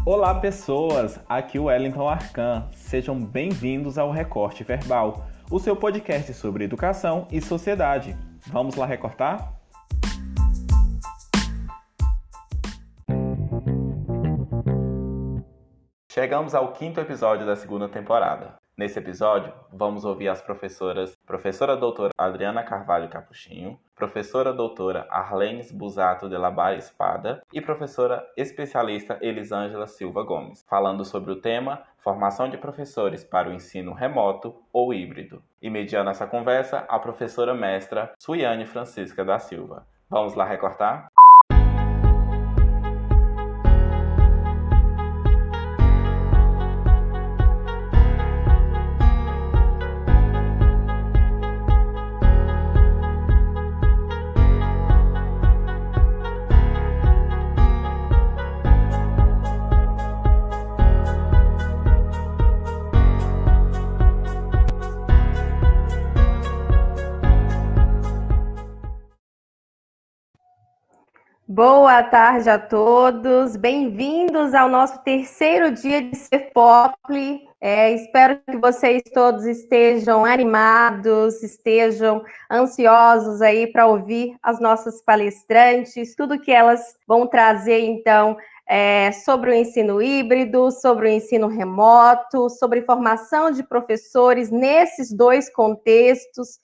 Olá pessoas, aqui é o Wellington Arcan. Sejam bem-vindos ao Recorte Verbal, o seu podcast sobre educação e sociedade. Vamos lá recortar? Chegamos ao 5º episódio da 2ª temporada. Nesse episódio, vamos ouvir as professora doutora Adriana Carvalho Capuchinho, professora doutora Arlenes Busato de Labar Espada e professora especialista Elisângela Silva Gomes, falando sobre o tema Formação de professores para o ensino remoto ou híbrido. E mediando essa conversa, a professora mestra Suiane Francisca da Silva. Vamos lá recortar? Boa tarde a todos, bem-vindos ao nosso 3º dia de CEFOPLE. Espero que vocês todos estejam animados, estejam ansiosos aí para ouvir as nossas palestrantes, tudo que elas vão trazer então sobre o ensino híbrido, sobre o ensino remoto, sobre formação de professores nesses dois contextos,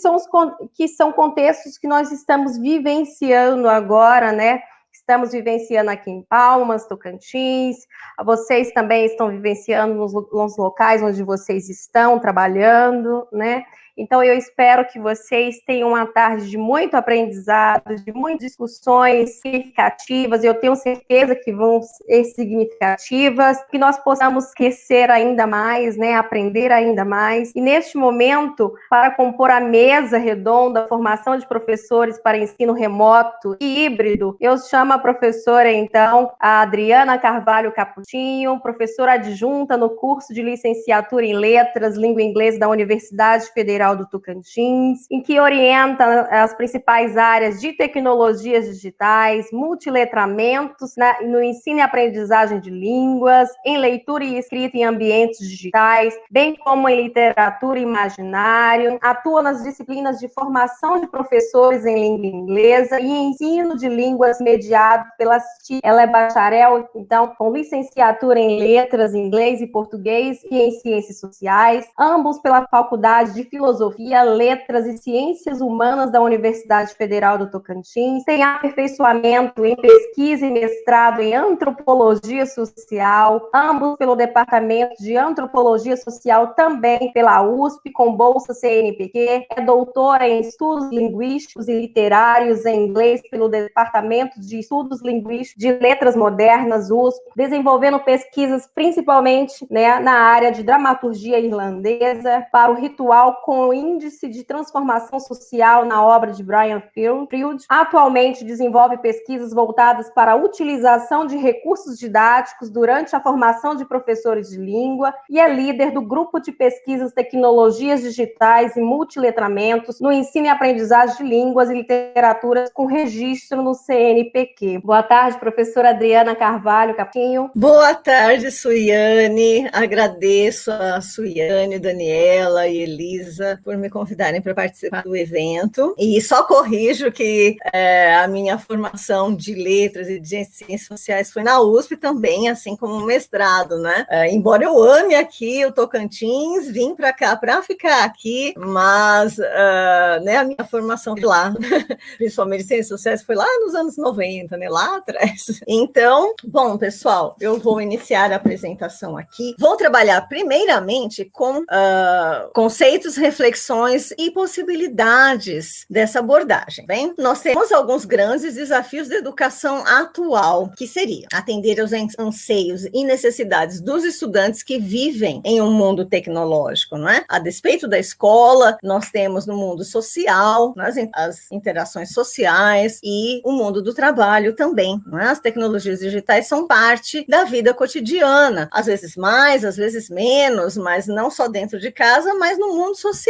que são contextos que nós estamos vivenciando agora, né? Estamos vivenciando aqui em Palmas, Tocantins, vocês também estão vivenciando nos locais onde vocês estão trabalhando, né? Então, eu espero que vocês tenham uma tarde de muito aprendizado, de muitas discussões significativas, eu tenho certeza que vão ser significativas, que nós possamos crescer ainda mais, né, aprender ainda mais. E neste momento, para compor a mesa redonda, formação de professores para ensino remoto e híbrido, eu chamo a professora, então, a Adriana Carvalho Capuchinho, professora adjunta no curso de licenciatura em Letras, Língua Inglesa da Universidade Federal do Tocantins, em que orienta as principais áreas de tecnologias digitais, multiletramentos no ensino e aprendizagem de línguas, em leitura e escrita em ambientes digitais, bem como em literatura e imaginário, atua nas disciplinas de formação de professores em língua inglesa e ensino de línguas mediado pela STI. Ela é bacharel, então, com licenciatura em letras, inglês e português e em ciências sociais, ambos pela Faculdade de Filosofia, Letras e Ciências Humanas da Universidade Federal do Tocantins, tem aperfeiçoamento em pesquisa e mestrado em Antropologia Social, ambos pelo Departamento de Antropologia Social, também pela USP, com bolsa CNPq, é doutora em Estudos Linguísticos e Literários em Inglês pelo Departamento de Estudos Linguísticos de Letras Modernas, USP, desenvolvendo pesquisas principalmente, né, na área de dramaturgia irlandesa, para o ritual com o Índice de Transformação Social na obra de Brian Field. Atualmente desenvolve pesquisas voltadas para a utilização de recursos didáticos durante a formação de professores de língua e é líder do grupo de pesquisas Tecnologias Digitais e Multiletramentos no ensino e aprendizagem de línguas e literaturas com registro no CNPq. Boa tarde, professora Adriana Carvalho Capuchinho. Boa tarde, Suiane. Agradeço a Suiane, Daniela e Elisa por me convidarem para participar do evento. E só corrijo que a minha formação de letras e de ciências sociais foi na USP também, assim como o mestrado, né? Embora eu ame aqui o Tocantins, vim para cá para ficar aqui, mas né, a minha formação foi lá, principalmente ciências sociais, foi lá nos anos 90, né? Lá atrás. Então, bom, pessoal, eu vou iniciar a apresentação aqui. Vou trabalhar primeiramente com conceitos, reflexões e possibilidades dessa abordagem. Bem, nós temos alguns grandes desafios da educação atual, que seria atender aos anseios e necessidades dos estudantes que vivem em um mundo tecnológico, não é? A despeito da escola, nós temos no mundo social, as interações sociais e o mundo do trabalho também, não é? As tecnologias digitais são parte da vida cotidiana, às vezes mais, às vezes menos, mas não só dentro de casa, mas no mundo social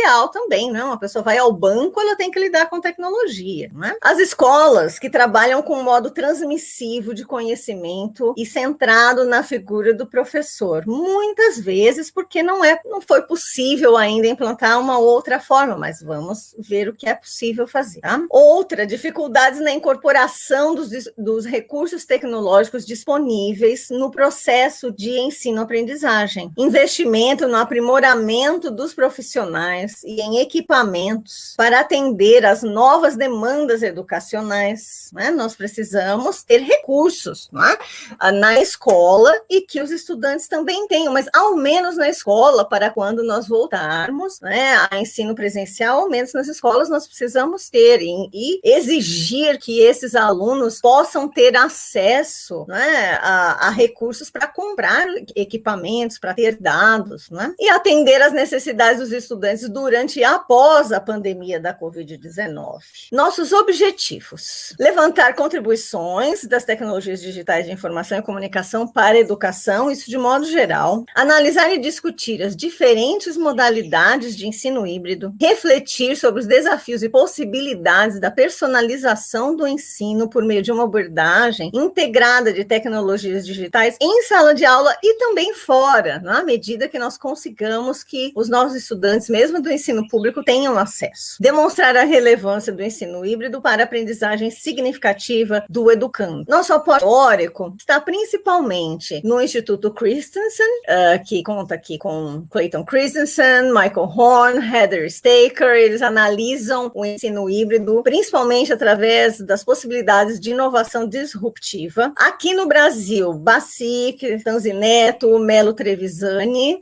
presencial também, não? A pessoa vai ao banco, ela tem que lidar com tecnologia, não é? As escolas que trabalham com um modo transmissivo de conhecimento e centrado na figura do professor, muitas vezes porque não foi possível ainda implantar uma outra forma, mas vamos ver o que é possível fazer, tá? Outra, dificuldades na incorporação dos recursos tecnológicos disponíveis no processo de ensino-aprendizagem. Investimento no aprimoramento dos profissionais e em equipamentos para atender às novas demandas educacionais, né? Nós precisamos ter recursos, né, na escola, e que os estudantes também tenham, mas ao menos na escola, para quando nós voltarmos, né, a ensino presencial, ao menos nas escolas nós precisamos ter e exigir que esses alunos possam ter acesso, né, a recursos para comprar equipamentos, para ter dados, né, e atender às necessidades dos estudantes durante e após a pandemia da Covid-19. Nossos objetivos: levantar contribuições das tecnologias digitais de informação e comunicação para a educação, isso de modo geral, analisar e discutir as diferentes modalidades de ensino híbrido, refletir sobre os desafios e possibilidades da personalização do ensino por meio de uma abordagem integrada de tecnologias digitais em sala de aula e também fora, na medida que nós consigamos que os nossos estudantes, mesmo do ensino público, tenham acesso. Demonstrar a relevância do ensino híbrido para a aprendizagem significativa do educando. Nosso apoio teórico está principalmente no Instituto Christensen, que conta aqui com Clayton Christensen, Michael Horn, Heather Staker. Eles analisam o ensino híbrido, principalmente através das possibilidades de inovação disruptiva. Aqui no Brasil, Bacic, Tanzineto, Melo Trevisani,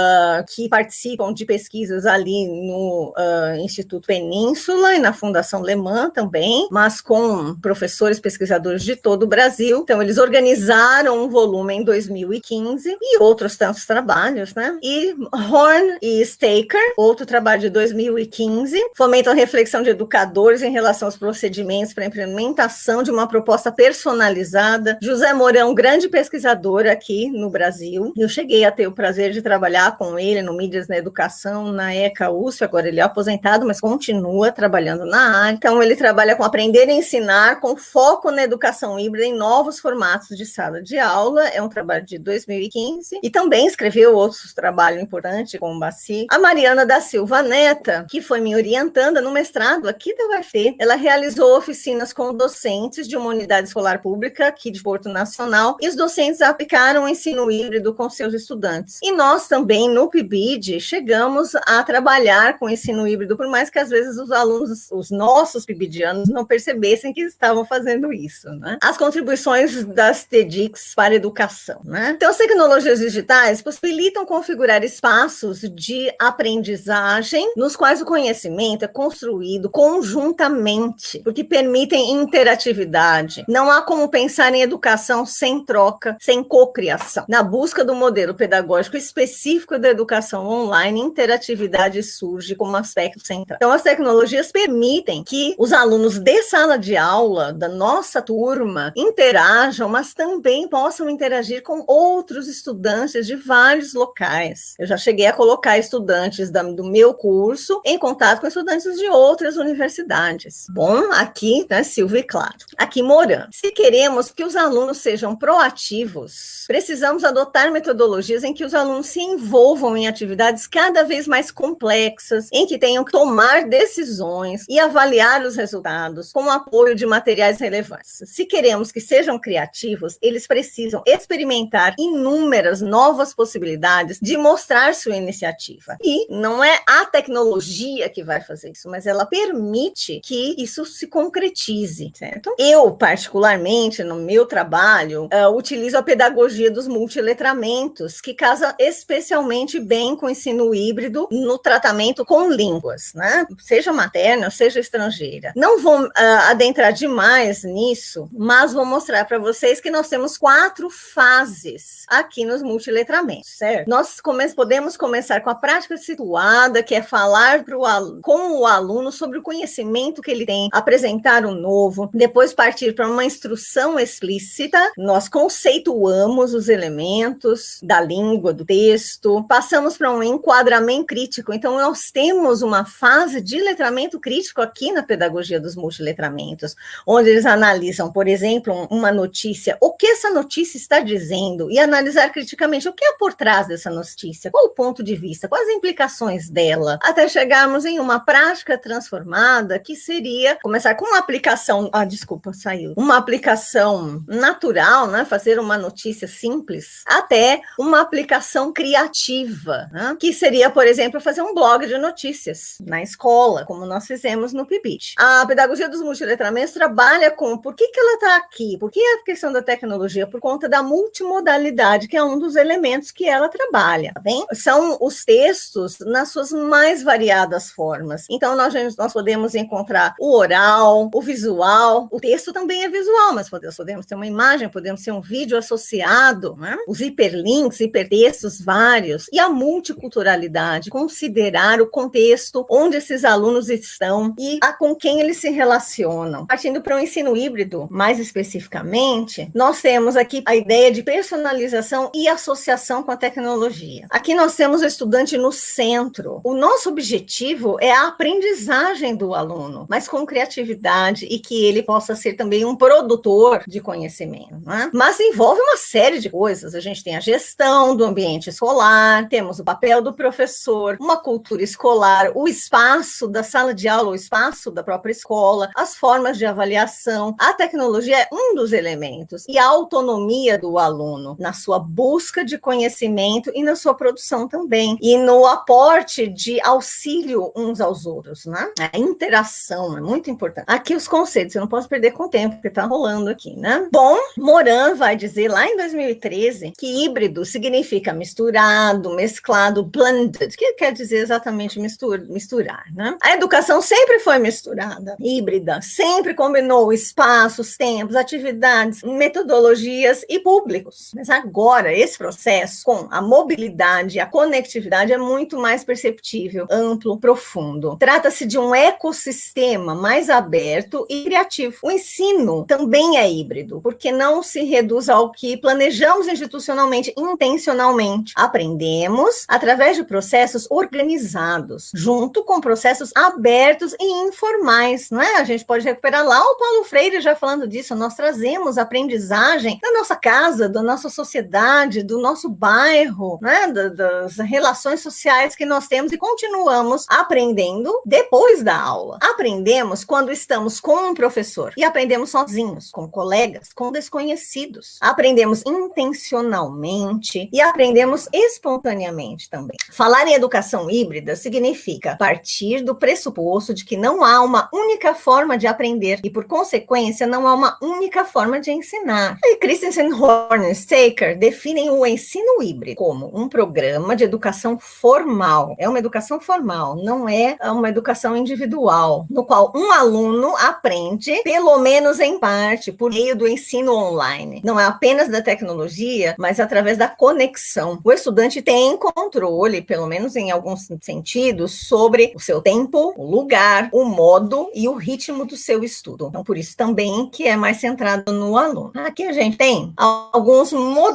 que participam de pesquisas ali no Instituto Península e na Fundação Lemã também, mas com professores pesquisadores de todo o Brasil. Então, eles organizaram um volume em 2015 e outros tantos trabalhos, né? E Horn e Staker, outro trabalho de 2015, fomentam a reflexão de educadores em relação aos procedimentos para a implementação de uma proposta personalizada. José Mourão, grande pesquisador aqui no Brasil. Eu cheguei a ter o prazer de trabalhar com ele no Mídias na Educação, na ECA USP, agora ele é aposentado, mas continua trabalhando na área. Então, ele trabalha com aprender e ensinar, com foco na educação híbrida em novos formatos de sala de aula. É um trabalho de 2015 e também escreveu outros trabalhos importantes com o Baci. A Mariana da Silva Neta, que foi me orientando no mestrado aqui da UFT, ela realizou oficinas com docentes de uma unidade escolar pública aqui de Porto Nacional, e os docentes aplicaram o ensino híbrido com seus estudantes. E nós também, no PIBID, chegamos a trabalhar com o ensino híbrido, por mais que às vezes os alunos, os nossos PIBIDianos, não percebessem que estavam fazendo isso, né? As contribuições das TEDx para a educação, né? Então, as tecnologias digitais possibilitam configurar espaços de aprendizagem nos quais o conhecimento é construído conjuntamente, porque permitem interatividade. Não há como pensar em educação sem troca, sem cocriação. Na busca do modelo pedagógico específico da educação online, interatividade surge como aspecto central. Então, as tecnologias permitem que os alunos de sala de aula, da nossa turma, interajam, mas também possam interagir com outros estudantes de vários locais. Eu já cheguei a colocar estudantes do meu curso em contato com estudantes de outras universidades. Bom, aqui, né, Silvia e Claro. Aqui, Moran. Se queremos que os alunos sejam proativos, precisamos adotar metodologias em que os alunos se envolvam em atividades cada vez mais complexas, em que tenham que tomar decisões e avaliar os resultados com o apoio de materiais relevantes. Se queremos que sejam criativos, eles precisam experimentar inúmeras novas possibilidades de mostrar sua iniciativa. E não é a tecnologia que vai fazer isso, mas ela permite que isso se concretize, certo? Eu, particularmente, no meu trabalho, utilizo a pedagogia dos multiletramentos, que casa especialmente bem com o ensino híbrido no tratamento com línguas, né? Seja materna, seja estrangeira. Não vou adentrar demais nisso, mas vou mostrar para vocês que nós temos 4 fases aqui nos multiletramentos, certo? Nós podemos começar com a prática situada, que é falar com o aluno sobre o conhecimento que ele tem, apresentar o novo, depois partir para uma instrução explícita. Nós conceituamos os elementos da língua, do texto, passamos para um enquadramento crítico. Então, Então, nós temos uma fase de letramento crítico aqui na pedagogia dos multiletramentos, onde eles analisam, por exemplo, uma notícia, o que essa notícia está dizendo, e analisar criticamente o que é por trás dessa notícia, qual o ponto de vista, quais as implicações dela, até chegarmos em uma prática transformada, que seria começar com uma aplicação, uma aplicação natural, né, fazer uma notícia simples, até uma aplicação criativa, né, que seria, por exemplo, fazer um blog de notícias na escola, como nós fizemos no PIBIT. A pedagogia dos multiletramentos trabalha com por que ela está aqui, por que a questão da tecnologia, por conta da multimodalidade, que é um dos elementos que ela trabalha, tá bem? São os textos nas suas mais variadas formas. Então, nós podemos encontrar o oral, o visual, o texto também é visual, mas podemos ter uma imagem, podemos ter um vídeo associado, né? Os hiperlinks, hipertextos vários, e a multiculturalidade, considerar o contexto onde esses alunos estão e com quem eles se relacionam. Partindo para o ensino híbrido, mais especificamente, nós temos aqui a ideia de personalização e associação com a tecnologia. Aqui nós temos o estudante no centro. O nosso objetivo é a aprendizagem do aluno, mas com criatividade e que ele possa ser também um produtor de conhecimento, né? Mas envolve uma série de coisas. A gente tem a gestão do ambiente escolar, temos o papel do professor, uma cultura escolar, o espaço da sala de aula, o espaço da própria escola, as formas de avaliação. A tecnologia é um dos elementos e a autonomia do aluno na sua busca de conhecimento e na sua produção também, e no aporte de auxílio uns aos outros, né? A interação é muito importante. Aqui os conceitos, eu não posso perder com o tempo, porque está rolando aqui, né? Bom, Moran vai dizer lá em 2013 que híbrido significa misturado, mesclado, blended, que quer dizer exatamente misturar, né? A educação sempre foi misturada, híbrida, sempre combinou espaços, tempos, atividades, metodologias e públicos. Mas agora, esse processo com a mobilidade e a conectividade é muito mais perceptível, amplo, profundo. Trata-se de um ecossistema mais aberto e criativo. O ensino também é híbrido, porque não se reduz ao que planejamos institucionalmente, intencionalmente. Aprendemos através de processos organizados, junto com processos abertos e informais, não é? A gente pode recuperar lá o Paulo Freire já falando disso. Nós trazemos aprendizagem da nossa casa, da nossa sociedade, do nosso bairro, né? Das relações sociais que nós temos e continuamos aprendendo depois da aula. Aprendemos quando estamos com um professor e aprendemos sozinhos, com colegas, com desconhecidos. Aprendemos intencionalmente e aprendemos espontaneamente também. Falar em educação híbrida significa partir do pressuposto de que não há uma única forma de aprender e, por consequência, não há uma única forma de ensinar. E Christensen, Horn e Staker definem o ensino híbrido como um programa de educação formal. É uma educação formal, não é uma educação individual, no qual um aluno aprende, pelo menos em parte, por meio do ensino online. Não é apenas da tecnologia, mas através da conexão. O estudante tem controle, pelo menos em alguns sentidos, sobre o seu tempo, o lugar, o modo e o ritmo do seu estudo. Então, por isso também que é mais centrado no aluno. Aqui a gente tem alguns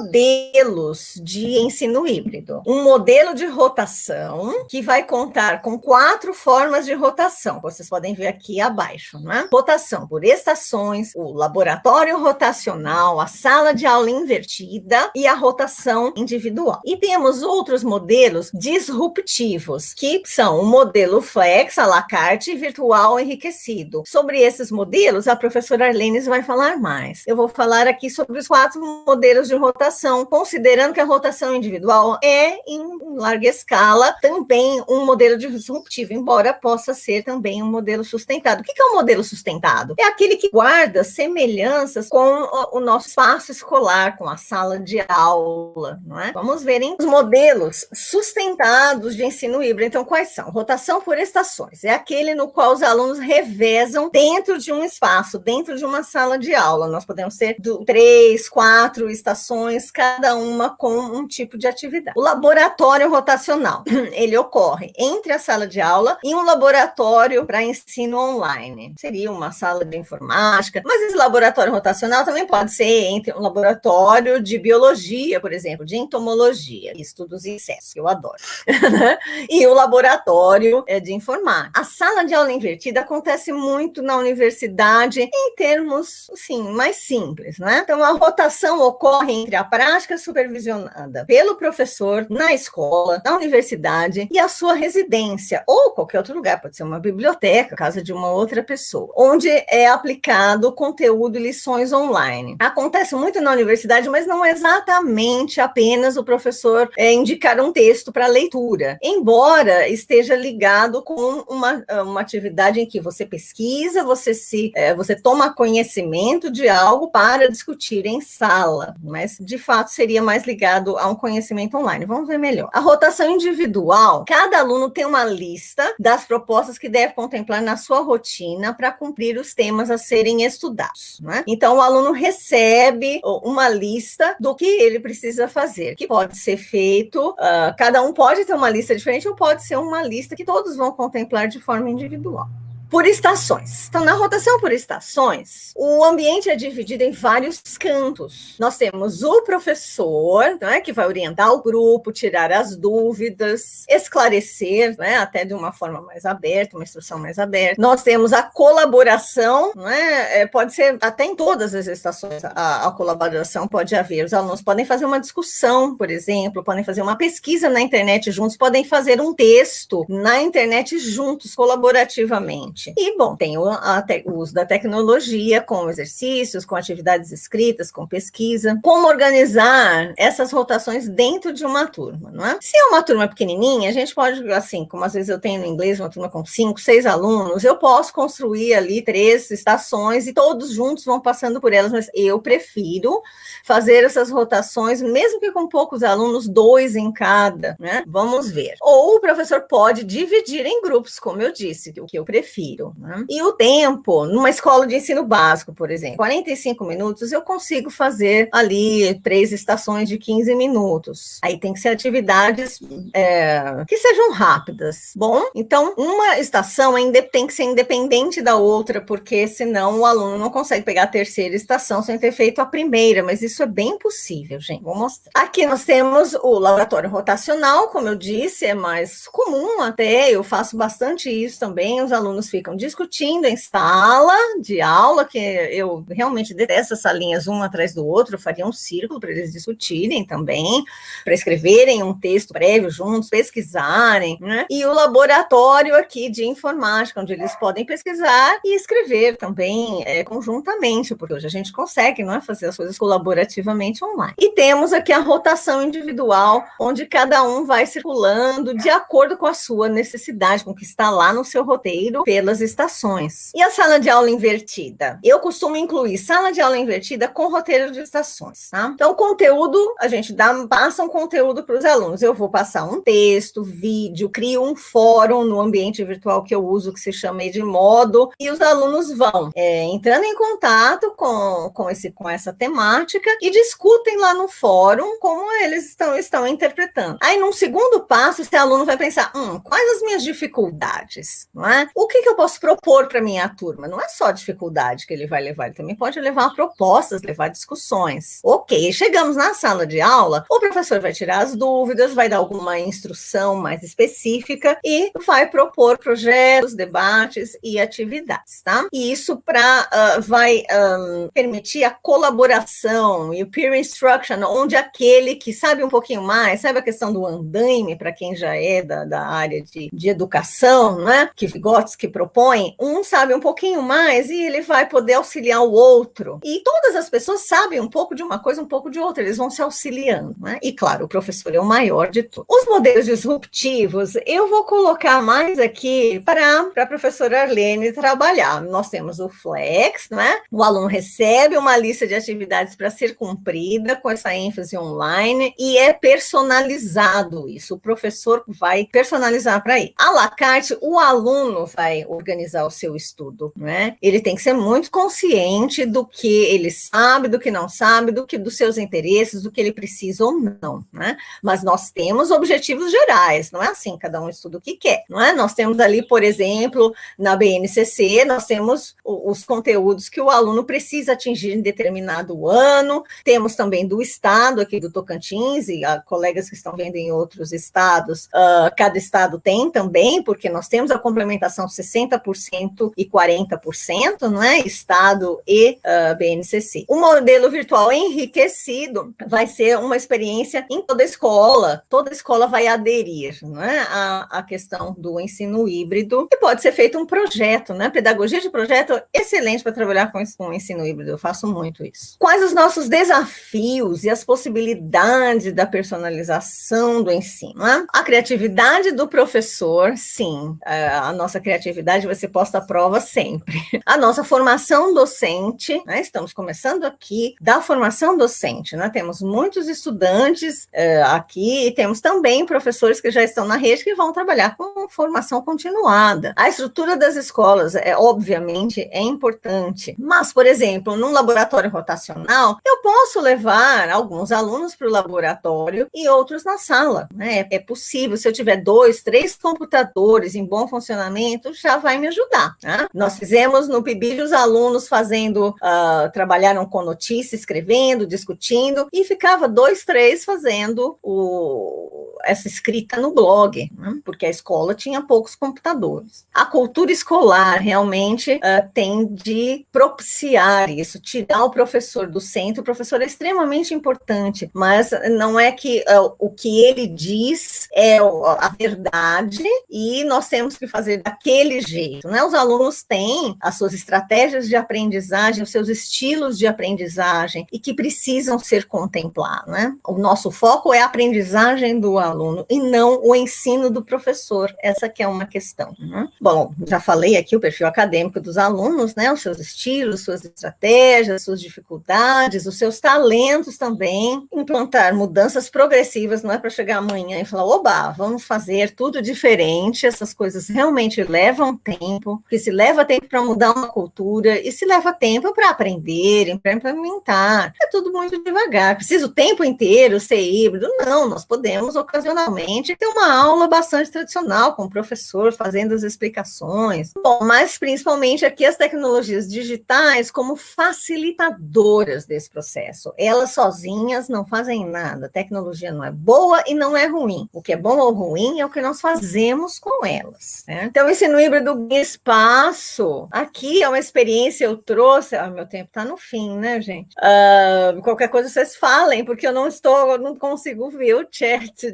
modelos de ensino híbrido. Um modelo de rotação, que vai contar com 4 formas de rotação. Vocês podem ver aqui abaixo, né? Rotação por estações, o laboratório rotacional, a sala de aula invertida e a rotação individual. E temos outros modelos disruptivos, que são o modelo flex, à la carte e virtual enriquecido. Sobre esses modelos, a professora Arlenes vai falar mais. Eu vou falar aqui sobre os 4 modelos de rotação, considerando que a rotação individual é, em larga escala, também um modelo disruptivo, embora possa ser também um modelo sustentado. O que é um modelo sustentado? É aquele que guarda semelhanças com o nosso espaço escolar, com a sala de aula, não é? Vamos ver os modelos sustentados de ensino híbrido. Então, quais são? Rotação por estações. É aquele no qual os alunos revezam dentro de um espaço, dentro de uma sala de aula. Nós podemos ter 3, 4 estações, cada uma com um tipo de atividade. O laboratório rotacional, ele ocorre entre a sala de aula e um laboratório para ensino online. Seria uma sala de informática, mas esse laboratório rotacional também pode ser entre um laboratório de biologia, por exemplo, de entomologia, estudos em insetos, que eu adoro. e o laboratório de informática. A sala de aula invertida acontece muito na universidade em termos, assim, mais simples, né? Então, a rotação ocorre entre a prática supervisionada pelo professor na escola, na universidade e a sua residência, ou qualquer outro lugar, pode ser uma biblioteca, casa de uma outra pessoa, onde é aplicado conteúdo e lições online. Acontece muito na universidade, mas não exatamente apenas o professor indicar um texto para leitura, embora esteja ligado com uma atividade em que você pesquisa, você toma conhecimento de algo para discutir em sala, mas de fato seria mais ligado a um conhecimento online. Vamos ver melhor. A rotação individual, cada aluno tem uma lista das propostas que deve contemplar na sua rotina para cumprir os temas a serem estudados, né? Então, o aluno recebe uma lista do que ele precisa fazer, que pode ser feito, cada um pode ter uma lista diferente ou pode ser uma lista que todos vão contemplar de forma individual. Por estações. Então, na rotação por estações, o ambiente é dividido em vários cantos. Nós temos o professor, né, que vai orientar o grupo, tirar as dúvidas, esclarecer, né, até de uma forma mais aberta, uma instrução mais aberta. Nós temos a colaboração, né, pode ser até em todas as estações, a colaboração pode haver. Os alunos podem fazer uma discussão, por exemplo, podem fazer uma pesquisa na internet juntos, podem fazer um texto na internet juntos, colaborativamente. E, bom, tem o uso da tecnologia com exercícios, com atividades escritas, com pesquisa. Como organizar essas rotações dentro de uma turma, não é? Se é uma turma pequenininha, a gente pode, assim, como às vezes eu tenho no inglês uma turma com 5, 6 alunos, eu posso construir ali 3 estações e todos juntos vão passando por elas, mas eu prefiro fazer essas rotações, mesmo que com poucos alunos, 2 em cada, né? Vamos ver. Ou o professor pode dividir em grupos, como eu disse, o que eu prefiro. Né? E o tempo, numa escola de ensino básico, por exemplo, 45 minutos, eu consigo fazer ali 3 estações de 15 minutos. Aí tem que ser atividades que sejam rápidas. Bom, então uma estação tem que ser independente da outra, porque senão o aluno não consegue pegar a terceira estação sem ter feito a primeira, mas isso é bem possível, gente. Vou mostrar. Aqui nós temos o laboratório rotacional, como eu disse, é mais comum até, eu faço bastante isso também, os alunos ficam discutindo em sala de aula, que eu realmente detesto essas salinhas um atrás do outro, eu faria um círculo para eles discutirem também, para escreverem um texto prévio juntos, pesquisarem, né? E o laboratório aqui de informática, onde eles podem pesquisar e escrever também conjuntamente, porque hoje a gente consegue, não é, fazer as coisas colaborativamente online. E temos aqui a rotação individual, onde cada um vai circulando de acordo com a sua necessidade, com o que está lá no seu roteiro, pelas estações. E a sala de aula invertida? Eu costumo incluir sala de aula invertida com roteiro de estações, tá? Então, o conteúdo, a gente passa um conteúdo para os alunos. Eu vou passar um texto, vídeo, crio um fórum no ambiente virtual que eu uso, que se chama Edmodo, e os alunos vão entrando em contato com essa temática e discutem lá no fórum como eles estão interpretando. Aí, num segundo passo, esse aluno vai pensar, quais as minhas dificuldades, não é? O que eu posso propor para a minha turma? Não é só dificuldade que ele vai levar, ele também pode levar propostas, levar discussões. Ok, chegamos na sala de aula, o professor vai tirar as dúvidas, vai dar alguma instrução mais específica e vai propor projetos, debates e atividades, tá? E isso vai permitir a colaboração e o peer instruction, onde aquele que sabe um pouquinho mais, sabe a questão do andaime, para quem já é da área de educação, né? Que propõe, um sabe um pouquinho mais e ele vai poder auxiliar o outro. E todas as pessoas sabem um pouco de uma coisa, um pouco de outra, eles vão se auxiliando, né? E claro, o professor é o maior de todos. Os modelos disruptivos, eu vou colocar mais aqui para a professora Arlene trabalhar. Nós temos o Flex, né? O aluno recebe uma lista de atividades para ser cumprida, com essa ênfase online, e é personalizado isso. O professor vai personalizar para ele. À la carte, o organizar o seu estudo, né? Ele tem que ser muito consciente do que ele sabe, do que não sabe, dos seus interesses, do que ele precisa ou não, né? Mas nós temos objetivos gerais, não é assim, cada um estuda o que quer, não é? Nós temos ali, por exemplo, na BNCC, nós temos os conteúdos que o aluno precisa atingir em determinado ano, temos também do estado aqui do Tocantins, e colegas que estão vendo em outros estados, cada estado tem também, porque nós temos a complementação 60% e 40%, não é? Estado e BNCC. O modelo virtual enriquecido vai ser uma experiência em toda escola vai aderir, não é? A questão do ensino híbrido, e pode ser feito um projeto, né? Pedagogia de projeto, excelente para trabalhar com o ensino híbrido, eu faço muito isso. Quais os nossos desafios e as possibilidades da personalização do ensino, né? A criatividade do professor, sim, a nossa criatividade vai ser posta à prova sempre. A nossa formação docente, né? Estamos começando aqui da formação docente, né? Temos muitos estudantes aqui e temos também professores que já estão na rede que vão trabalhar com formação continuada. A estrutura das escolas, obviamente, é importante, mas, por exemplo, num laboratório rotacional, eu posso levar alguns alunos para o laboratório e outros na sala, né? É possível, se eu tiver 2, 3 computadores em bom funcionamento, já vai me ajudar, né? Nós fizemos no PIBID os alunos trabalharam com notícia, escrevendo, discutindo, e ficava 2, 3 fazendo essa escrita no blog, né? Porque a escola tinha poucos computadores. A cultura escolar realmente tem de propiciar isso, tirar o professor do centro. O professor é extremamente importante, mas não é que o que ele diz é a verdade e nós temos que fazer daquele jeito, né? Os alunos têm as suas estratégias de aprendizagem, os seus estilos de aprendizagem e que precisam ser contemplados, né? O nosso foco é a aprendizagem do aluno e não o ensino do professor. Essa que é uma questão, né? Bom, já falei aqui o perfil acadêmico dos alunos, né? Os seus estilos, suas estratégias, suas dificuldades, os seus talentos também. Implantar mudanças progressivas, não é para chegar amanhã e falar, oba, vamos fazer tudo diferente. Essas coisas realmente levam tempo, porque se leva tempo para mudar uma cultura e se leva tempo para aprender, para implementar. É tudo muito devagar. Precisa o tempo inteiro ser híbrido? Não, nós podemos ocasionalmente ter uma aula bastante tradicional com o professor fazendo as explicações. Bom, mas principalmente aqui as tecnologias digitais como facilitadoras desse processo. Elas sozinhas não fazem nada. A tecnologia não é boa e não é ruim. O que é bom ou ruim é o que nós fazemos com elas, né? Então, o ensino híbrido ganha espaço. Aqui é uma experiência, eu trouxe... meu tempo está no fim, né, gente? Qualquer coisa vocês falem, porque eu não consigo ver o chat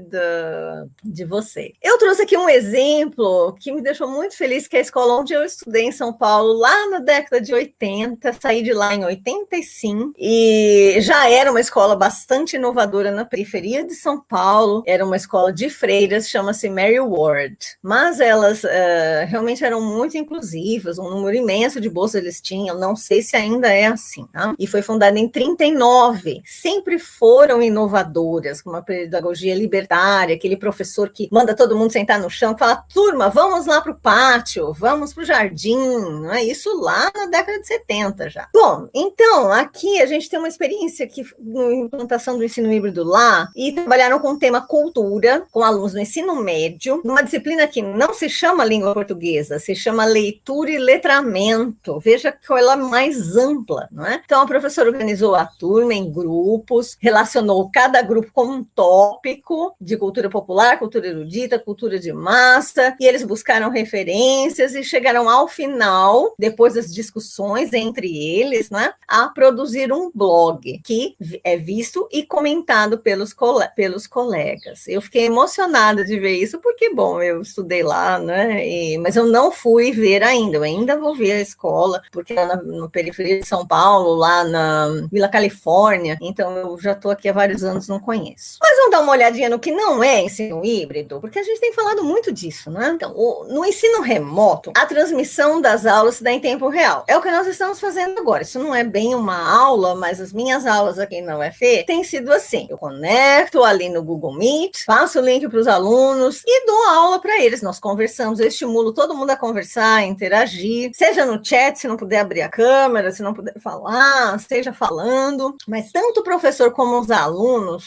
de vocês. Eu trouxe aqui um exemplo que me deixou muito feliz, que é a escola onde eu estudei em São Paulo, lá na década de 80, saí de lá em 85, e já era uma escola bastante inovadora na periferia de São Paulo, era uma escola de freiras, chama-se Mary Ward, mas elas realmente eram muito inclusivas, um número imenso de bolsas eles tinham, não sei se ainda é assim, tá? E foi fundada em 39, sempre foram inovadoras, com uma pedagogia libertária, aquele professor que manda todo mundo sentar no chão, fala, turma, vamos lá para o pátio, vamos para o jardim, não é? Isso lá na década de 70 já. Bom, então, aqui a gente tem uma experiência que, na implantação do ensino híbrido lá, e trabalharam com o tema cultura, com alunos no ensino médio, numa disciplina que não se chama língua portuguesa, se chama leitura e letramento. Veja que ela é mais ampla, não é? Então, a professora organizou a turma em grupos, relacionou cada grupo com um tópico de cultura popular, cultura erudita, cultura de massa, e eles buscaram referências e chegaram ao final, depois das discussões entre eles, né, a produzir um blog que é visto e comentado pelos colegas. Eu fiquei emocionada de ver isso, porque, bom, eu estudei lá, né, mas eu não fui ver ainda, eu ainda vou ver a escola, porque é na periferia de São Paulo, lá na Vila Califórnia, então eu já estou aqui há vários anos, não conheço. Mas vamos dar uma olhadinha no que não é ensino híbrido? Porque a gente tem falado muito disso, né? Então, no ensino remoto, a transmissão das aulas se dá em tempo real. É o que nós estamos fazendo agora. Isso não é bem uma aula, mas as minhas aulas aqui na UFE têm sido assim. Eu conecto ali no Google Meet, passo o link para os alunos e dou aula para eles. Nós conversamos, eu estimulo todo mundo a conversar, a interagir, seja no chat, se não puder abrir a câmera, se não puder falar, seja falando. Mas tanto o professor como os alunos,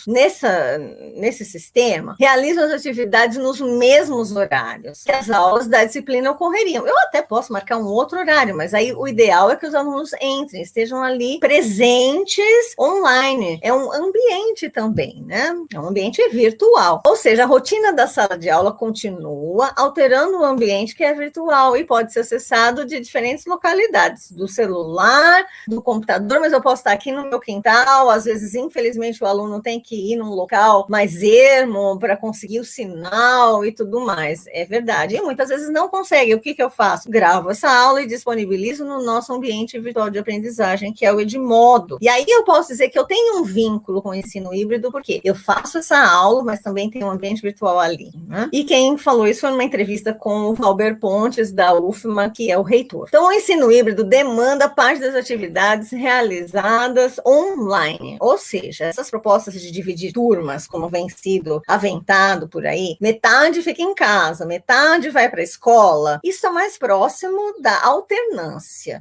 nesse sistema, realizam as atividades nos mesmos horários que as aulas da disciplina ocorreriam. Eu até posso marcar um outro horário, mas aí o ideal é que os alunos entrem, estejam ali presentes online. É um ambiente também, né? É um ambiente virtual. Ou seja, a rotina da sala de aula continua alterando o ambiente que é virtual e pode ser acessado de diferentes localidades, do celular, do computador, mas eu posso estar aqui no meu quintal, às vezes, infelizmente, o aluno tem que ir num local mais ermo para conseguir o sinal e tudo mais. É verdade. E muitas vezes não consegue. O que eu faço? Gravo essa aula e disponibilizo no nosso ambiente virtual de aprendizagem, que é o Edmodo. E aí eu posso dizer que eu tenho um vínculo com o ensino híbrido, porque eu faço essa aula, mas também tem um ambiente virtual ali, né? E quem falou isso foi numa entrevista com o Valber Pontes, da UFMA, que é o reitor. Então, o ensino híbrido demanda parte das atividades realizadas online. Ou seja, essas propostas de dividir turmas, como vem sido aventado por aí, metade fica em casa, metade vai para a escola. Isso é mais próximo da alternância,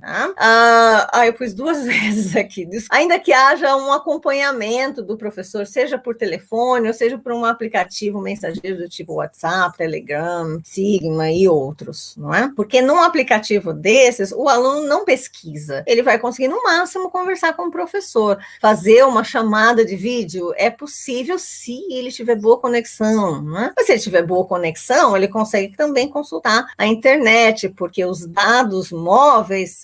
tá? Eu pus 2 vezes aqui. Ainda que haja um acompanhamento do professor, seja por telefone, ou seja por um aplicativo mensageiro do tipo WhatsApp, Telegram, Sigma e outros, não é? Porque num aplicativo desses, o aluno não pesquisa. Ele vai conseguir, no máximo, conversar com o professor. Fazer uma chamada de vídeo é possível se ele tiver boa conexão, não é? Mas se ele tiver boa conexão, ele consegue também consultar a internet, porque os dados móveis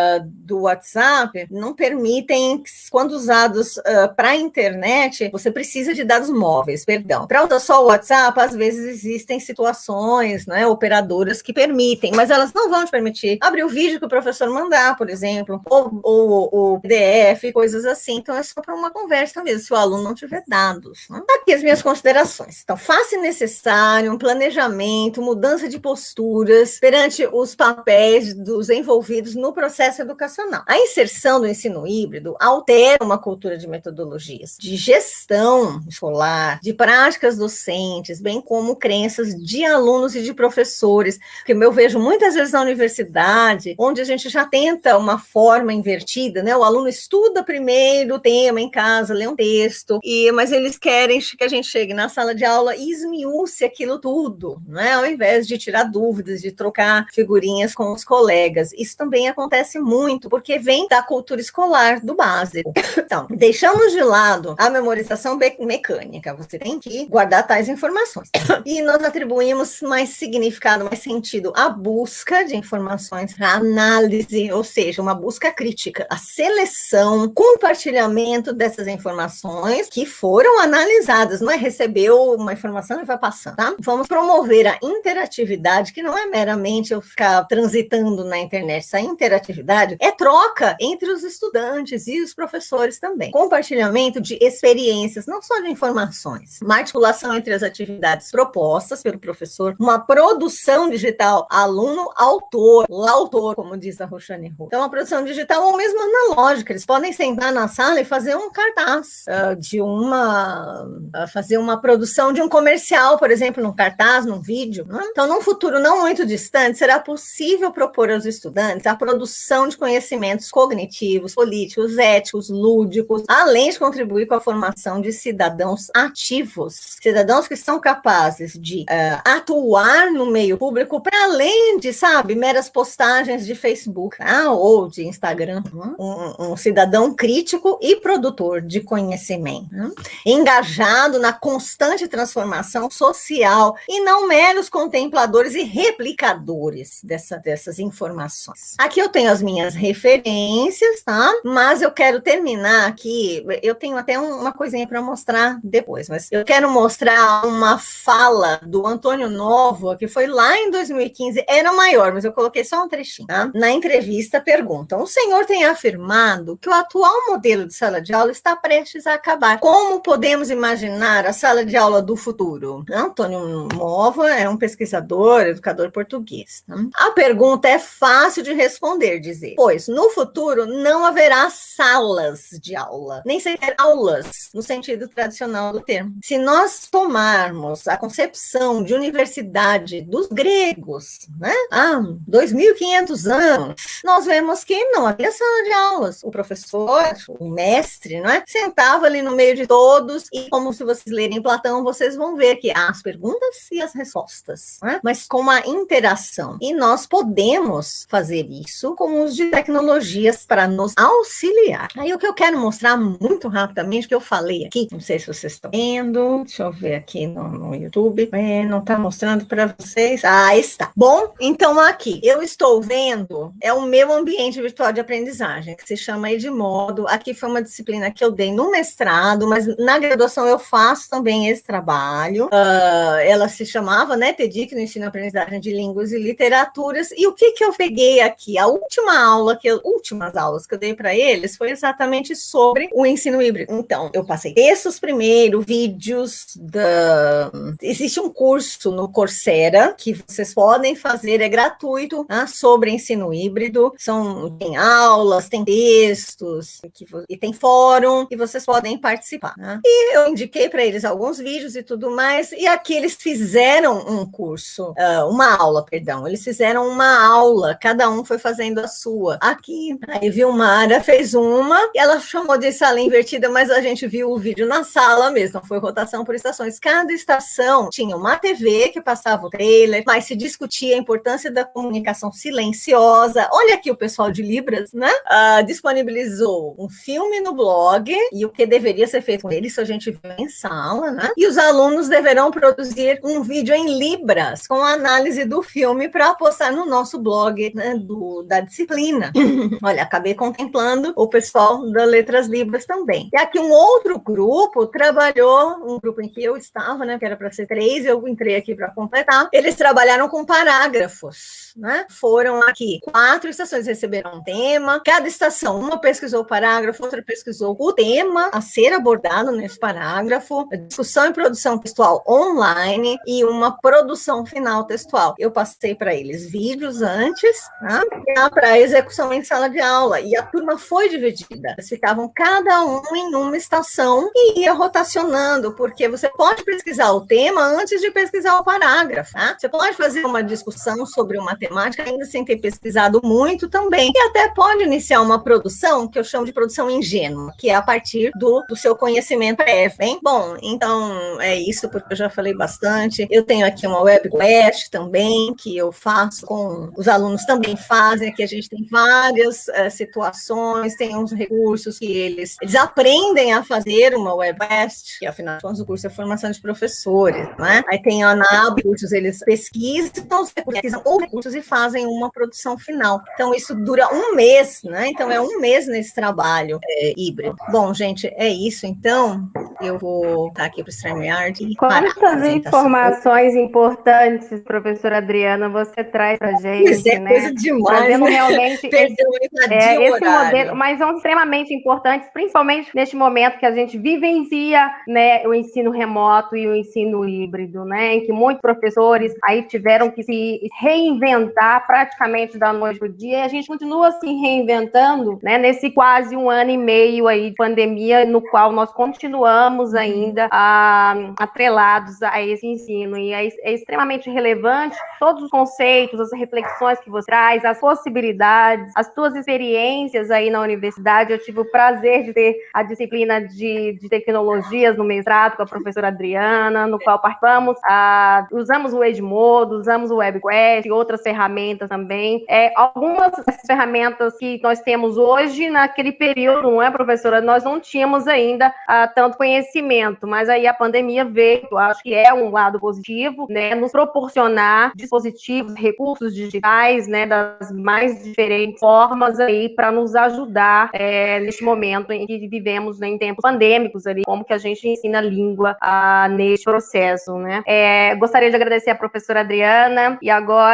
do WhatsApp não permitem, quando usados para a internet, você precisa de dados móveis, perdão. Para usar só o WhatsApp, às vezes existem situações, né, operadoras que permitem, mas elas não vão te permitir abrir o vídeo que o professor mandar, por exemplo, ou o PDF, coisas assim. Então, é só para uma conversa mesmo, se o aluno não tiver dados, né? Aqui as minhas considerações. Então, faz-se necessário um planejamento, mudança de posturas perante os papéis dos envolvidos no processo educacional. A inserção do ensino híbrido altera uma cultura de metodologias, de gestão escolar, de práticas docentes, bem como crenças de alunos e de professores, porque eu vejo muitas vezes na universidade, onde a gente já tenta uma forma invertida, né? O aluno estuda primeiro o tema em casa, lê um texto, mas eles querem que a gente chegue na sala de aula e esmiúce aquilo tudo, né? Ao invés de tirar dúvidas, de trocar figurinhas com os colegas. Isso também acontece muito, porque vem da cultura escolar, do básico. Então, deixamos de lado a memorização mecânica, você tem que guardar tais informações. E nós atribuímos mais significado, mais sentido à busca de informações, à análise, ou seja, uma busca crítica, a seleção, compartilhamento dessas informações que foram analisadas, não é recebeu uma informação e vai passando, tá? Vamos promover a interatividade, que não é meramente eu ficar transitando na internet. Essa interatividade é troca entre os estudantes e os professores também. Compartilhamento de experiências, não só de informações. Uma articulação entre as atividades propostas pelo professor, uma produção digital, aluno, autor, lautor, como diz a Roxane Hu. Então, uma produção digital ou mesmo analógica. Eles podem sentar na sala e fazer um cartaz fazer uma produção de um comercial, por exemplo, num cartaz, num vídeo. Né? Então, num futuro não muito distante, será possível propor aos estudantes a produção de conhecimentos cognitivos, políticos, éticos, lúdicos, além de contribuir com a formação de cidadãos ativos, cidadãos que são capazes de atuar no meio público para além de, meras postagens de Facebook ou de Instagram. Um cidadão crítico e produtor de conhecimento, engajado na constante transformação social e não meros contempladores e replicadores dessas informações. Aqui eu tenho as minhas referências, tá? Mas eu quero terminar aqui, eu tenho até uma coisinha para mostrar depois, mas eu quero mostrar uma fala do Antônio Novo, que foi lá em 2015, era maior, mas eu coloquei só um trechinho, tá? Na entrevista perguntam: o senhor tem afirmado que o atual modelo de sala de aula está prestes a acabar. Como podemos imaginar a sala sala de aula do futuro? Antônio Mova é um pesquisador, educador português. Tá? A pergunta é fácil de responder, dizer, pois no futuro não haverá salas de aula, nem sequer aulas, no sentido tradicional do termo. Se nós tomarmos a concepção de universidade dos gregos, né, há 2.500 anos, nós vemos que não havia sala de aulas. O professor, o mestre, não é, sentava ali no meio de todos e, como se vocês lerem Platão, vocês vão ver que há as perguntas e as respostas, né, mas com uma interação. E nós podemos fazer isso com o uso de tecnologias para nos auxiliar. Aí o que eu quero mostrar muito rapidamente, que eu falei aqui, não sei se vocês estão vendo, deixa eu ver aqui no YouTube, não está mostrando para vocês, está. Bom, então aqui, eu estou vendo, é o meu ambiente virtual de aprendizagem, que se chama Edmodo, aqui foi uma disciplina que eu dei no mestrado, mas na graduação eu faço também esse trabalho, ela se chamava, né, TEDIC, no ensino e aprendizagem de línguas e literaturas, e o que eu peguei aqui? Últimas aulas que eu dei para eles foi exatamente sobre o ensino híbrido. Então, eu passei textos primeiro, vídeos existe um curso no Coursera que vocês podem fazer, é gratuito, sobre ensino híbrido, tem aulas, tem textos, e tem fórum, e vocês podem participar. Né? E eu indiquei para eles alguns vídeos e tudo mais, e aqui eles fizeram eles fizeram uma aula, cada um foi fazendo a sua. Aqui, aí Vilmara fez uma, e ela chamou de sala invertida, mas a gente viu o vídeo na sala mesmo, foi rotação por estações. Cada estação tinha uma TV que passava o trailer, mas se discutia a importância da comunicação silenciosa. Olha aqui o pessoal de Libras, né? Disponibilizou um filme no blog, e o que deveria ser feito com ele, isso a gente viu em sala, né? E os alunos deverão produzir um vídeo em Libras, com a análise do filme para postar no nosso blog, né, da disciplina. Olha, acabei contemplando o pessoal da Letras Libras também. E aqui um outro grupo trabalhou, um grupo em que eu estava, né, que era para ser 3, eu entrei aqui para completar. Eles trabalharam com parágrafos, né? Foram aqui 4 estações, receberam um tema, cada estação, uma pesquisou o parágrafo, outra pesquisou o tema a ser abordado nesse parágrafo, discussão e produção textual online e uma produção final textual. Eu passei para eles vídeos antes, né, para execução em sala de aula, e a turma foi dividida. Eles ficavam cada um em uma estação e ia rotacionando, porque você pode pesquisar o tema antes de pesquisar o parágrafo, tá? Você pode fazer uma discussão sobre uma temática ainda sem ter pesquisado muito também, e até pode iniciar uma produção, que eu chamo de produção ingênua, que é a partir do seu conhecimento prévio, hein? Bom, então é isso, porque eu já falei bastante. Eu tenho aqui uma webquest também, que eu faço com os alunos, também fazem, aqui a gente tem várias situações, tem uns recursos que eles aprendem a fazer uma webquest, que afinal de contas o curso é formação de professores, né? Aí tem a NAB, cursos, eles pesquisam os recursos e fazem uma produção final. Então isso dura um mês, né? Então é um mês nesse trabalho híbrido. Bom, gente, é isso, então eu vou estar aqui para o StreamYard e quantas informações importantes, professora Adriana, você traz para a gente, né? Coisa demais, trazendo realmente esse modelo, mas são extremamente importantes, principalmente neste momento que a gente vivencia, né, o ensino remoto e o ensino híbrido, né, em que muitos professores aí tiveram que se reinventar praticamente da noite para o dia, e a gente continua se reinventando, né, nesse quase 1 ano e meio aí de pandemia, no qual nós continuamos ainda atrelados a esse ensino, e é extremamente relevante todos os conceitos, as reflexões que você traz, as possibilidades, as suas experiências aí na universidade. Eu tive o prazer de ter a disciplina de tecnologias no mestrado com a professora Adriana, no qual participamos, usamos o Edmodo, usamos o WebQuest e outras ferramentas também. Algumas dessas ferramentas que nós temos hoje, naquele período, não é, professora? Nós não tínhamos ainda tanto conhecimento, mas aí a pandemia veio, eu acho que é um lado positivo, né, nos proporcionar dispositivos, recursos digitais, né, das mais diferentes formas aí para nos ajudar neste momento em que vivemos, né, em tempos pandêmicos ali, como que a gente ensina a língua neste processo, né. Gostaria de agradecer a professora Adriana, e agora eu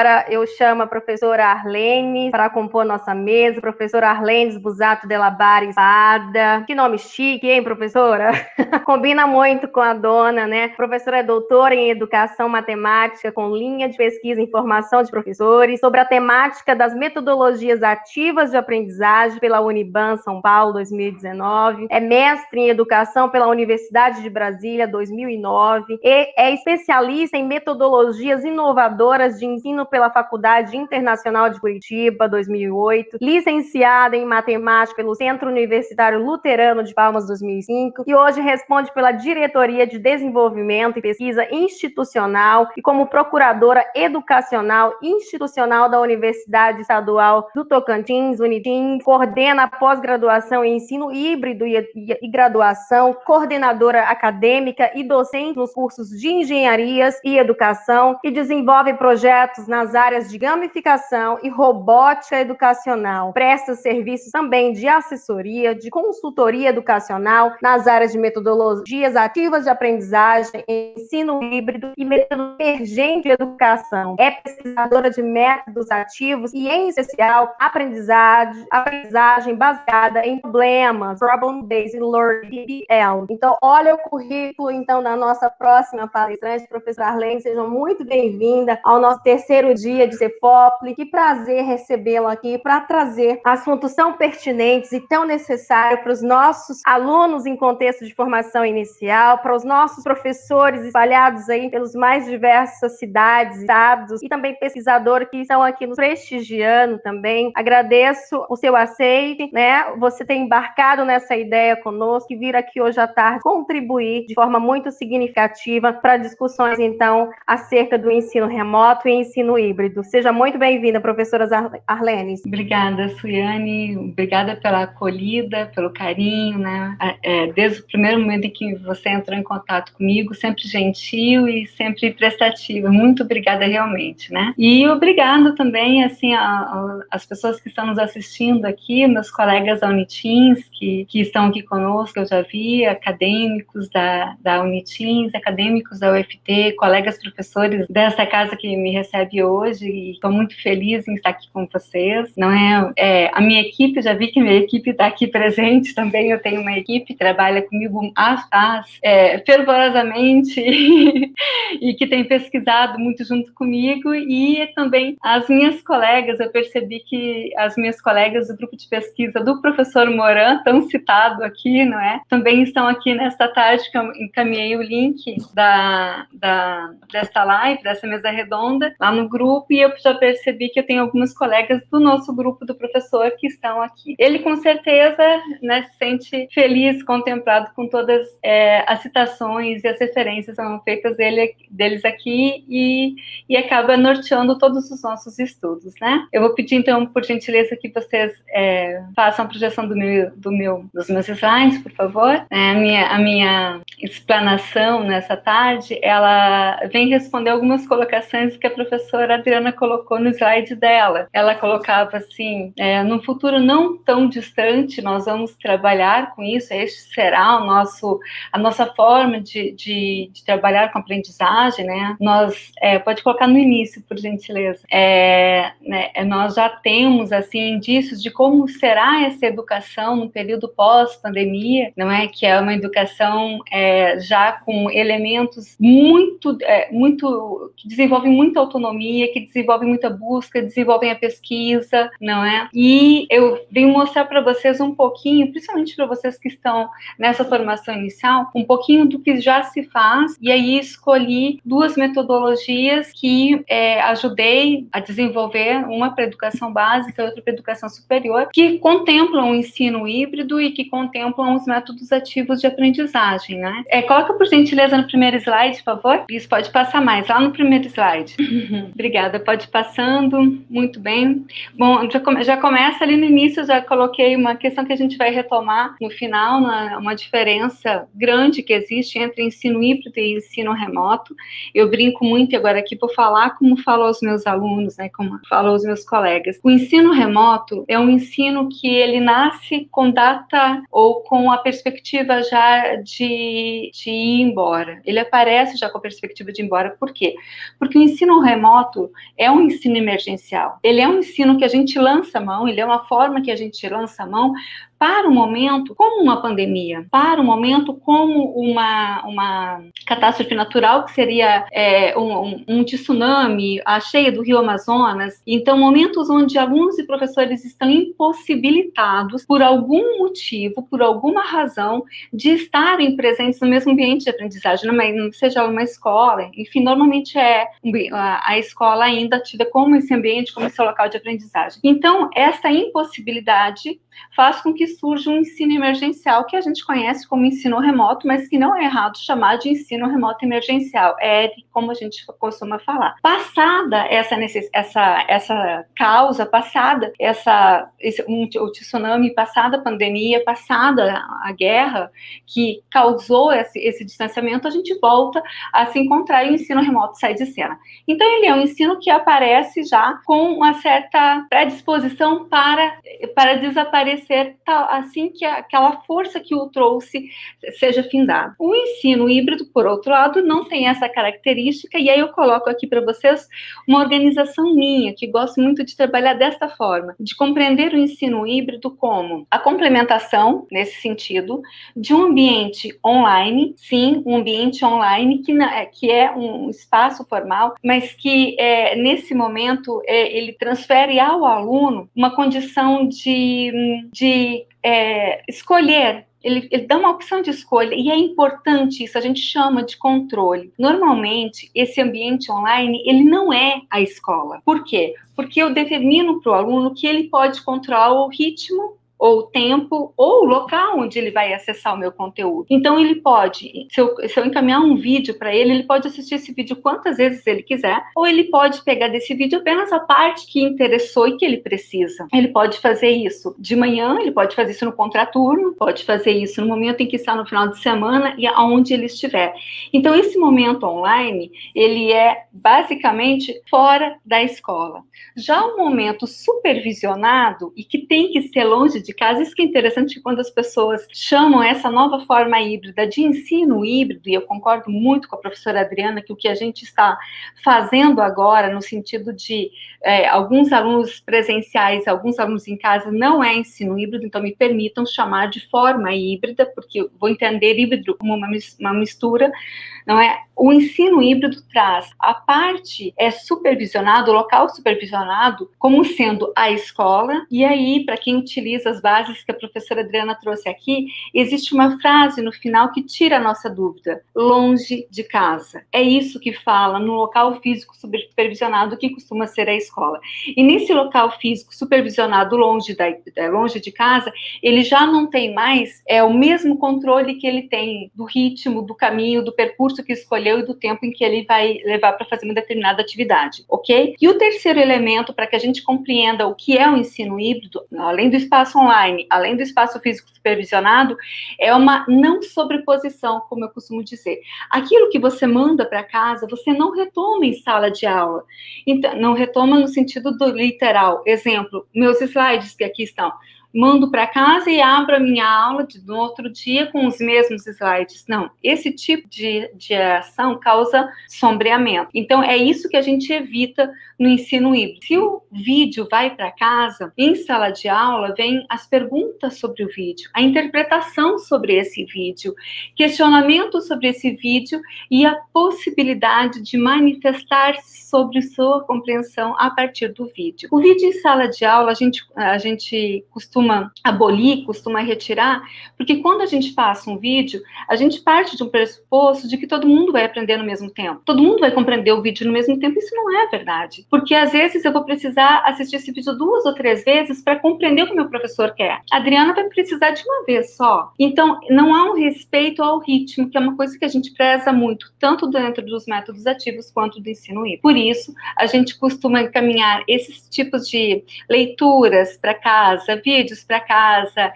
eu chamo a professora Arlene para compor nossa mesa, professora Arlene Busato de la Barra Espada. Que nome chique, hein, professora? Combina muito com a dona, né? A professora é doutora em Educação Matemática, com linha de pesquisa em formação de professores, sobre a temática das metodologias ativas de aprendizagem pela Uniban São Paulo, 2019. É mestre em Educação pela Universidade de Brasília, 2009. E é especialista em metodologias inovadoras de ensino pela Faculdade Internacional de Curitiba, 2008. Licenciada em Matemática pelo Centro Universitário Luterano de Palmas, 2005. E hoje responde pela Diretoria de Desenvolvimento e Pesquisa Institucional e como procuradora educacional institucional da Universidade Estadual do Tocantins, Unitins. Coordena a pós-graduação em ensino híbrido e graduação, coordenadora acadêmica e docente nos cursos de engenharias e educação e desenvolve projetos nas áreas de gamificação e robótica educacional. Presta serviços também de assessoria, de consultoria educacional nas áreas de metodologias ativas de aprendizagem, ensino híbrido e método emergente de educação. É pesquisadora de métodos ativos e, em especial, aprendizagem baseada em problemas, problem-based learning, PBL. Então, olha o currículo, então, da nossa próxima palestrante, professora Arlene. Sejam muito bem-vinda ao nosso terceiro dia de CEFOPLE. Que prazer recebê-la aqui para trazer assuntos tão pertinentes e tão necessários para os nossos alunos em contexto de formação inicial, para os nossos professores espalhados aí pelos mais diversas cidades, estados e também pesquisadores que estão aqui nos prestigiando também. Agradeço o seu aceite, né? Você tem embarcado nessa ideia conosco e vir aqui hoje à tarde contribuir de forma muito significativa para discussões, então, acerca do ensino remoto e ensino híbrido. Seja muito bem-vinda, professora Arlene. Obrigada, Suiane. Obrigada pela acolhida, pelo carinho, né? Desde o primeiro momento em que você entrou em contato comigo, sempre gentil e sempre prestativa. Muito obrigada realmente, né? E obrigado também, assim, as pessoas que estão nos assistindo aqui, meus colegas da Unitins, que estão aqui conosco, eu já vi, acadêmicos da Unitins, acadêmicos da UFT, colegas professores dessa casa que me recebe hoje, e estou muito feliz em estar aqui com vocês. Não é a minha equipe, já vi que minha equipe está aqui presente também, eu tenho uma equipe que trabalha comigo fervorosamente e que tem pesquisado muito junto comigo, e também as minhas colegas, eu percebi que as minhas colegas do grupo de pesquisa do professor Moran, tão citado aqui, não é? Também estão aqui nesta tarde, que eu encaminhei o link desta live, dessa mesa redonda, lá no grupo, e eu já percebi que eu tenho algumas colegas do nosso grupo do professor que estão aqui. Ele, com certeza, né, se sente feliz, contemplado com todas as citações e as referências que são feitas deles aqui, e acaba norteando todos os nossos estudos, né? Eu vou pedir, então, por gentileza, que vocês façam a projeção dos meus slides, por favor. A minha explanação nessa tarde, ela vem responder algumas colocações que a professora Adriana colocou no slide dela. Ela colocava assim, num futuro não tão distante, nós vamos trabalhar com isso, este será a nossa forma de trabalhar com aprendizagem, né? Pode colocar no início, por gentileza. Nós já temos, assim, indícios de como será essa educação no período pós-pandemia, não é? Que é uma educação já com elementos muito, que desenvolvem muita autonomia, que desenvolvem muita busca, desenvolvem a pesquisa, não é? E eu venho mostrar para vocês um pouquinho, principalmente para vocês que estão nessa formação inicial, um pouquinho do que já se faz, e aí escolhi duas metodologias que ajudei a desenvolver, uma para educação básica e outra para educação superior, que contemplam o ensino híbrido e que contemplam os métodos ativos de aprendizagem, né? Coloca, por gentileza, no primeiro slide, por favor. Isso, pode passar mais, lá no primeiro slide. Obrigada, pode ir passando, muito bem. Bom, já começa ali no início, já coloquei uma questão que a gente vai retomar no final, uma diferença grande que existe entre ensino híbrido e ensino remoto. Eu brinco muito, e agora aqui vou falar como falo aos meus alunos, né, como falo aos meus colegas. O ensino remoto é um ensino que ele nasce com data ou com a perspectiva já de ir embora. Ele aparece já com a perspectiva de ir embora. Por quê? Porque o ensino remoto, é um ensino emergencial. Ele é um ensino que a gente lança a mão, ele é uma forma que a gente lança a mão para um momento como uma pandemia, para um momento como uma catástrofe natural, que seria um tsunami, a cheia do Rio Amazonas. Então, momentos onde alunos e professores estão impossibilitados, por algum motivo, por alguma razão, de estarem presentes no mesmo ambiente de aprendizagem, seja uma escola, enfim, normalmente a escola ainda tida como esse ambiente, como esse local de aprendizagem. Então, essa impossibilidade faz com que surja um ensino emergencial, que a gente conhece como ensino remoto, mas que não é errado chamar de ensino remoto emergencial, como a gente costuma falar. Passada essa causa, passada o tsunami, passada a pandemia, passada a guerra que causou esse distanciamento, a gente volta a se encontrar e o ensino remoto sai de cena. Então, ele é um ensino que aparece já com uma certa predisposição para desaparecer assim que aquela força que o trouxe seja findada. O ensino híbrido, por outro lado, não tem essa característica, e aí eu coloco aqui para vocês uma organização minha, que gosto muito de trabalhar desta forma, de compreender o ensino híbrido como a complementação, nesse sentido, de um ambiente online, sim, um ambiente online que é um espaço formal, mas que nesse momento ele transfere ao aluno uma condição de escolher. Ele dá uma opção de escolha, e é importante isso, a gente chama de controle. Normalmente, esse ambiente online, ele não é a escola. Por quê? Porque eu determino para o aluno que ele pode controlar o ritmo, ou o tempo, ou o local onde ele vai acessar o meu conteúdo. Então, ele pode, se eu encaminhar um vídeo para ele pode assistir esse vídeo quantas vezes ele quiser, ou ele pode pegar desse vídeo apenas a parte que interessou e que ele precisa. Ele pode fazer isso de manhã, ele pode fazer isso no contraturno, pode fazer isso no momento em que está no final de semana e aonde ele estiver. Então, esse momento online, ele é basicamente fora da escola. Já o momento supervisionado, e que tem que ser longe de casa, isso que é interessante, quando as pessoas chamam essa nova forma híbrida de ensino híbrido, e eu concordo muito com a professora Adriana, que o que a gente está fazendo agora, no sentido de alguns alunos presenciais, alguns alunos em casa, não é ensino híbrido, então me permitam chamar de forma híbrida, porque eu vou entender híbrido como uma mistura, não é? O ensino híbrido traz a parte supervisionado, o local supervisionado, como sendo a escola, e aí, para quem utiliza as bases que a professora Adriana trouxe aqui, existe uma frase no final que tira a nossa dúvida: longe de casa. É isso que fala no local físico supervisionado, que costuma ser a escola. E nesse local físico supervisionado longe de casa, ele já não tem mais o mesmo controle que ele tem do ritmo, do caminho, do percurso que escolheu e do tempo em que ele vai levar para fazer uma determinada atividade, ok? E o terceiro elemento, para que a gente compreenda o que é o ensino híbrido, além do espaço online, além do espaço físico supervisionado, é uma não sobreposição, como eu costumo dizer. Aquilo que você manda para casa, você não retoma em sala de aula. Então, não retoma no sentido do literal. Exemplo, meus slides que aqui estão. Mando para casa e abro a minha aula no outro dia com os mesmos slides. Não, esse tipo de ação causa sombreamento. Então, é isso que a gente evita no ensino híbrido. Se o vídeo vai para casa, em sala de aula, vem as perguntas sobre o vídeo, a interpretação sobre esse vídeo, questionamento sobre esse vídeo e a possibilidade de manifestar-se sobre sua compreensão a partir do vídeo. O vídeo em sala de aula, a gente costuma abolir, costuma retirar, porque quando a gente passa um vídeo, a gente parte de um pressuposto de que todo mundo vai aprender no mesmo tempo, todo mundo vai compreender o vídeo no mesmo tempo. Isso não é verdade, porque às vezes eu vou precisar assistir esse vídeo 2 ou 3 vezes para compreender o que o meu professor quer. A Adriana vai precisar de uma vez só. Então, não há um respeito ao ritmo, que é uma coisa que a gente preza muito, tanto dentro dos métodos ativos quanto do ensino híbrido. Por isso, a gente costuma encaminhar esses tipos de leituras para casa, vídeos vídeos para casa,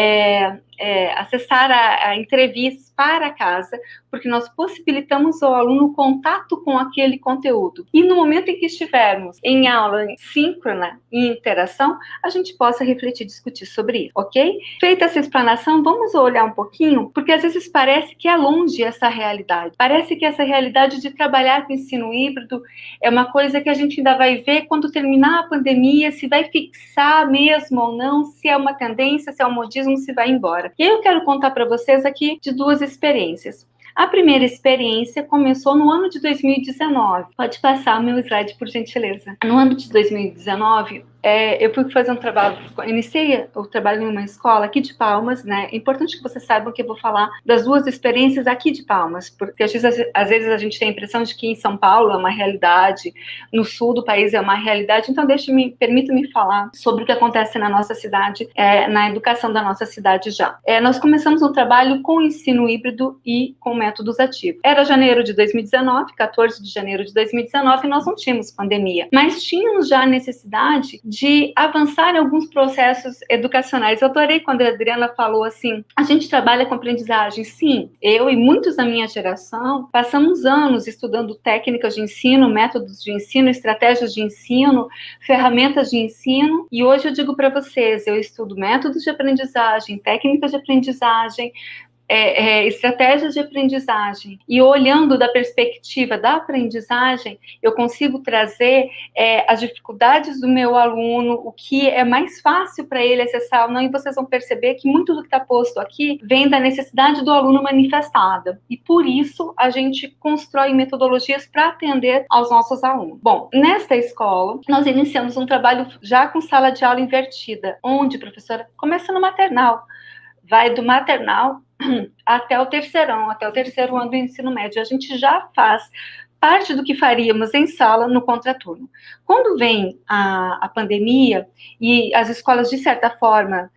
acessar a entrevistas para casa, porque nós possibilitamos ao aluno contato com aquele conteúdo. E no momento em que estivermos em aula síncrona e interação, a gente possa refletir e discutir sobre isso, ok? Feita essa explanação, vamos olhar um pouquinho, porque às vezes parece que é longe essa realidade. Parece que essa realidade de trabalhar com ensino híbrido é uma coisa que a gente ainda vai ver quando terminar a pandemia, se vai fixar mesmo ou não, se é uma tendência, se é um modismo, se vai embora. E aí eu quero contar para vocês aqui de duas experiências. A primeira experiência começou no ano de 2019. Pode passar o meu slide, por gentileza. No ano de 2019, eu fui fazer um trabalho, iniciei o trabalho em uma escola aqui de Palmas, né? É importante que vocês saibam que eu vou falar das duas experiências aqui de Palmas, porque às vezes a gente tem a impressão de que em São Paulo é uma realidade, no sul do país é uma realidade, então permita-me falar sobre o que acontece na nossa cidade, na educação da nossa cidade já. Nós começamos um trabalho com ensino híbrido e com métodos ativos. Era janeiro de 2019, 14 de janeiro de 2019, e nós não tínhamos pandemia, mas tínhamos já a necessidade de avançar em alguns processos educacionais. Eu adorei quando a Adriana falou assim, a gente trabalha com aprendizagem. Sim, eu e muitos da minha geração passamos anos estudando técnicas de ensino, métodos de ensino, estratégias de ensino, ferramentas de ensino, e hoje eu digo para vocês, eu estudo métodos de aprendizagem, técnicas de aprendizagem, estratégias de aprendizagem, e olhando da perspectiva da aprendizagem, eu consigo trazer as dificuldades do meu aluno, o que é mais fácil para ele acessar ou não, e vocês vão perceber que muito do que está posto aqui vem da necessidade do aluno manifestada, e por isso a gente constrói metodologias para atender aos nossos alunos. Bom, nesta escola, nós iniciamos um trabalho já com sala de aula invertida, onde, professora, começa no maternal, vai do maternal até o terceirão, até o terceiro ano do ensino médio. A gente já faz parte do que faríamos em sala no contraturno. Quando vem a pandemia e as escolas, de certa forma,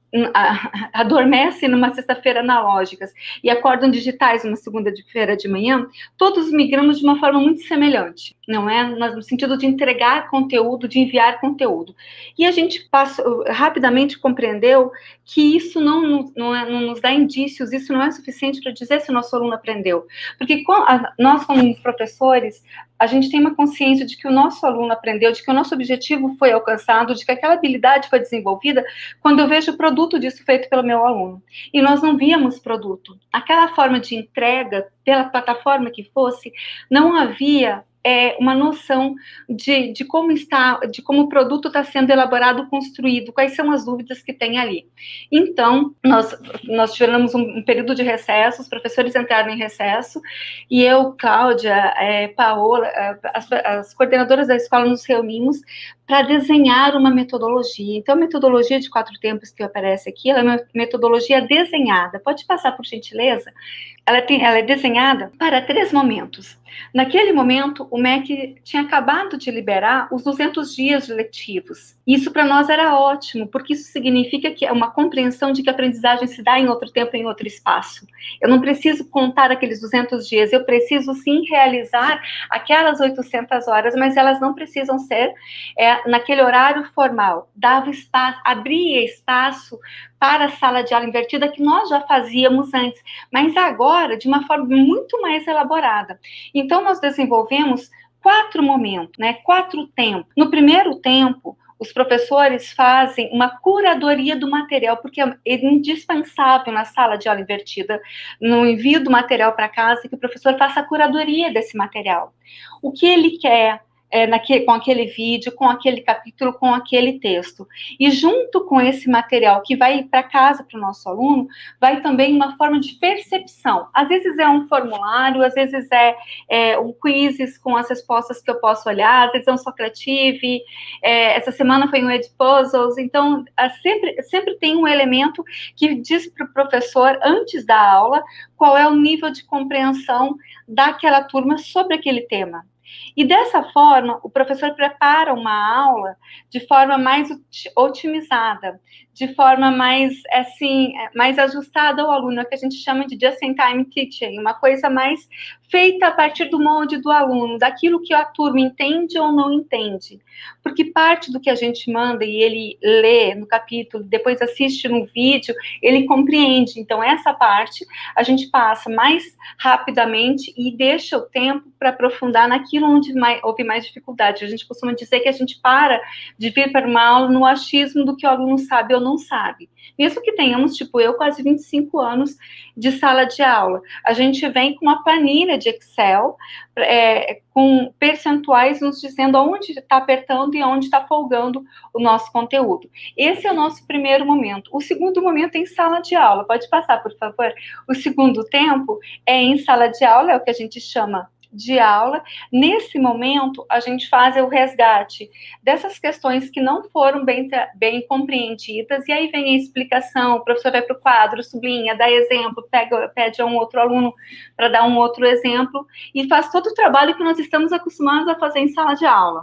adormecem numa sexta-feira analógicas e acordam digitais numa segunda-feira de manhã, todos migramos de uma forma muito semelhante, não é? No sentido de entregar conteúdo, de enviar conteúdo. E a gente rapidamente compreendeu que isso não nos dá indícios, isso não é suficiente para dizer se o nosso aluno aprendeu. Porque nós, como professores, a gente tem uma consciência de que o nosso aluno aprendeu, de que o nosso objetivo foi alcançado, de que aquela habilidade foi desenvolvida quando eu vejo o produto disso feito pelo meu aluno. E nós não víamos produto. Aquela forma de entrega, pela plataforma que fosse, não havia uma noção de como o produto está sendo elaborado, construído, quais são as dúvidas que tem ali. Então, nós tivemos um período de recesso, os professores entraram em recesso, e eu, Cláudia, Paola, as coordenadoras da escola nos reunimos para desenhar uma metodologia. Então, a metodologia de 4 tempos que aparece aqui, ela é uma metodologia desenhada. Pode passar, por gentileza? Ela é desenhada para 3 momentos. Naquele momento, o MEC tinha acabado de liberar os 200 dias letivos. Isso para nós era ótimo, porque isso significa que é uma compreensão de que a aprendizagem se dá em outro tempo, em outro espaço. Eu não preciso contar aqueles 200 dias, eu preciso sim realizar aquelas 800 horas, mas elas não precisam ser naquele horário formal. Dava espaço, abria espaço para a sala de aula invertida, que nós já fazíamos antes, mas agora de uma forma muito mais elaborada. Então, nós desenvolvemos 4 momentos, 4 tempos. No primeiro tempo, os professores fazem uma curadoria do material, porque é indispensável na sala de aula invertida, no envio do material para casa, que o professor faça a curadoria desse material. O que ele quer com aquele vídeo, com aquele capítulo, com aquele texto. E junto com esse material que vai para casa para o nosso aluno, vai também uma forma de percepção. Às vezes é um formulário, às vezes um quizzes com as respostas que eu posso olhar, às vezes é um Socrative, essa semana foi um Edpuzzles, então sempre tem um elemento que diz para o professor, antes da aula, qual é o nível de compreensão daquela turma sobre aquele tema. E dessa forma, o professor prepara uma aula de forma mais otimizada, de forma mais, assim, mais ajustada ao aluno, que a gente chama de just-in-time teaching, uma coisa mais feita a partir do molde do aluno, daquilo que a turma entende ou não entende. Porque parte do que a gente manda e ele lê no capítulo, depois assiste no vídeo, ele compreende. Então, essa parte a gente passa mais rapidamente e deixa o tempo para aprofundar naquilo onde houve mais dificuldade. A gente costuma dizer que a gente para de vir para uma aula no achismo do que o aluno sabe ou não sabe. Mesmo que tenhamos, tipo, eu quase 25 anos de sala de aula, a gente vem com uma planilha de Excel, com percentuais nos dizendo onde está apertando e onde está folgando o nosso conteúdo. Esse é o nosso primeiro momento. O segundo momento é em sala de aula. Pode passar, por favor. O segundo tempo é em sala de aula, é o que a gente chama de aula. Nesse momento, a gente faz o resgate dessas questões que não foram bem compreendidas, e aí vem a explicação, o professor vai para o quadro, sublinha, dá exemplo, pede a um outro aluno para dar um outro exemplo, e faz todo o trabalho que nós estamos acostumados a fazer em sala de aula.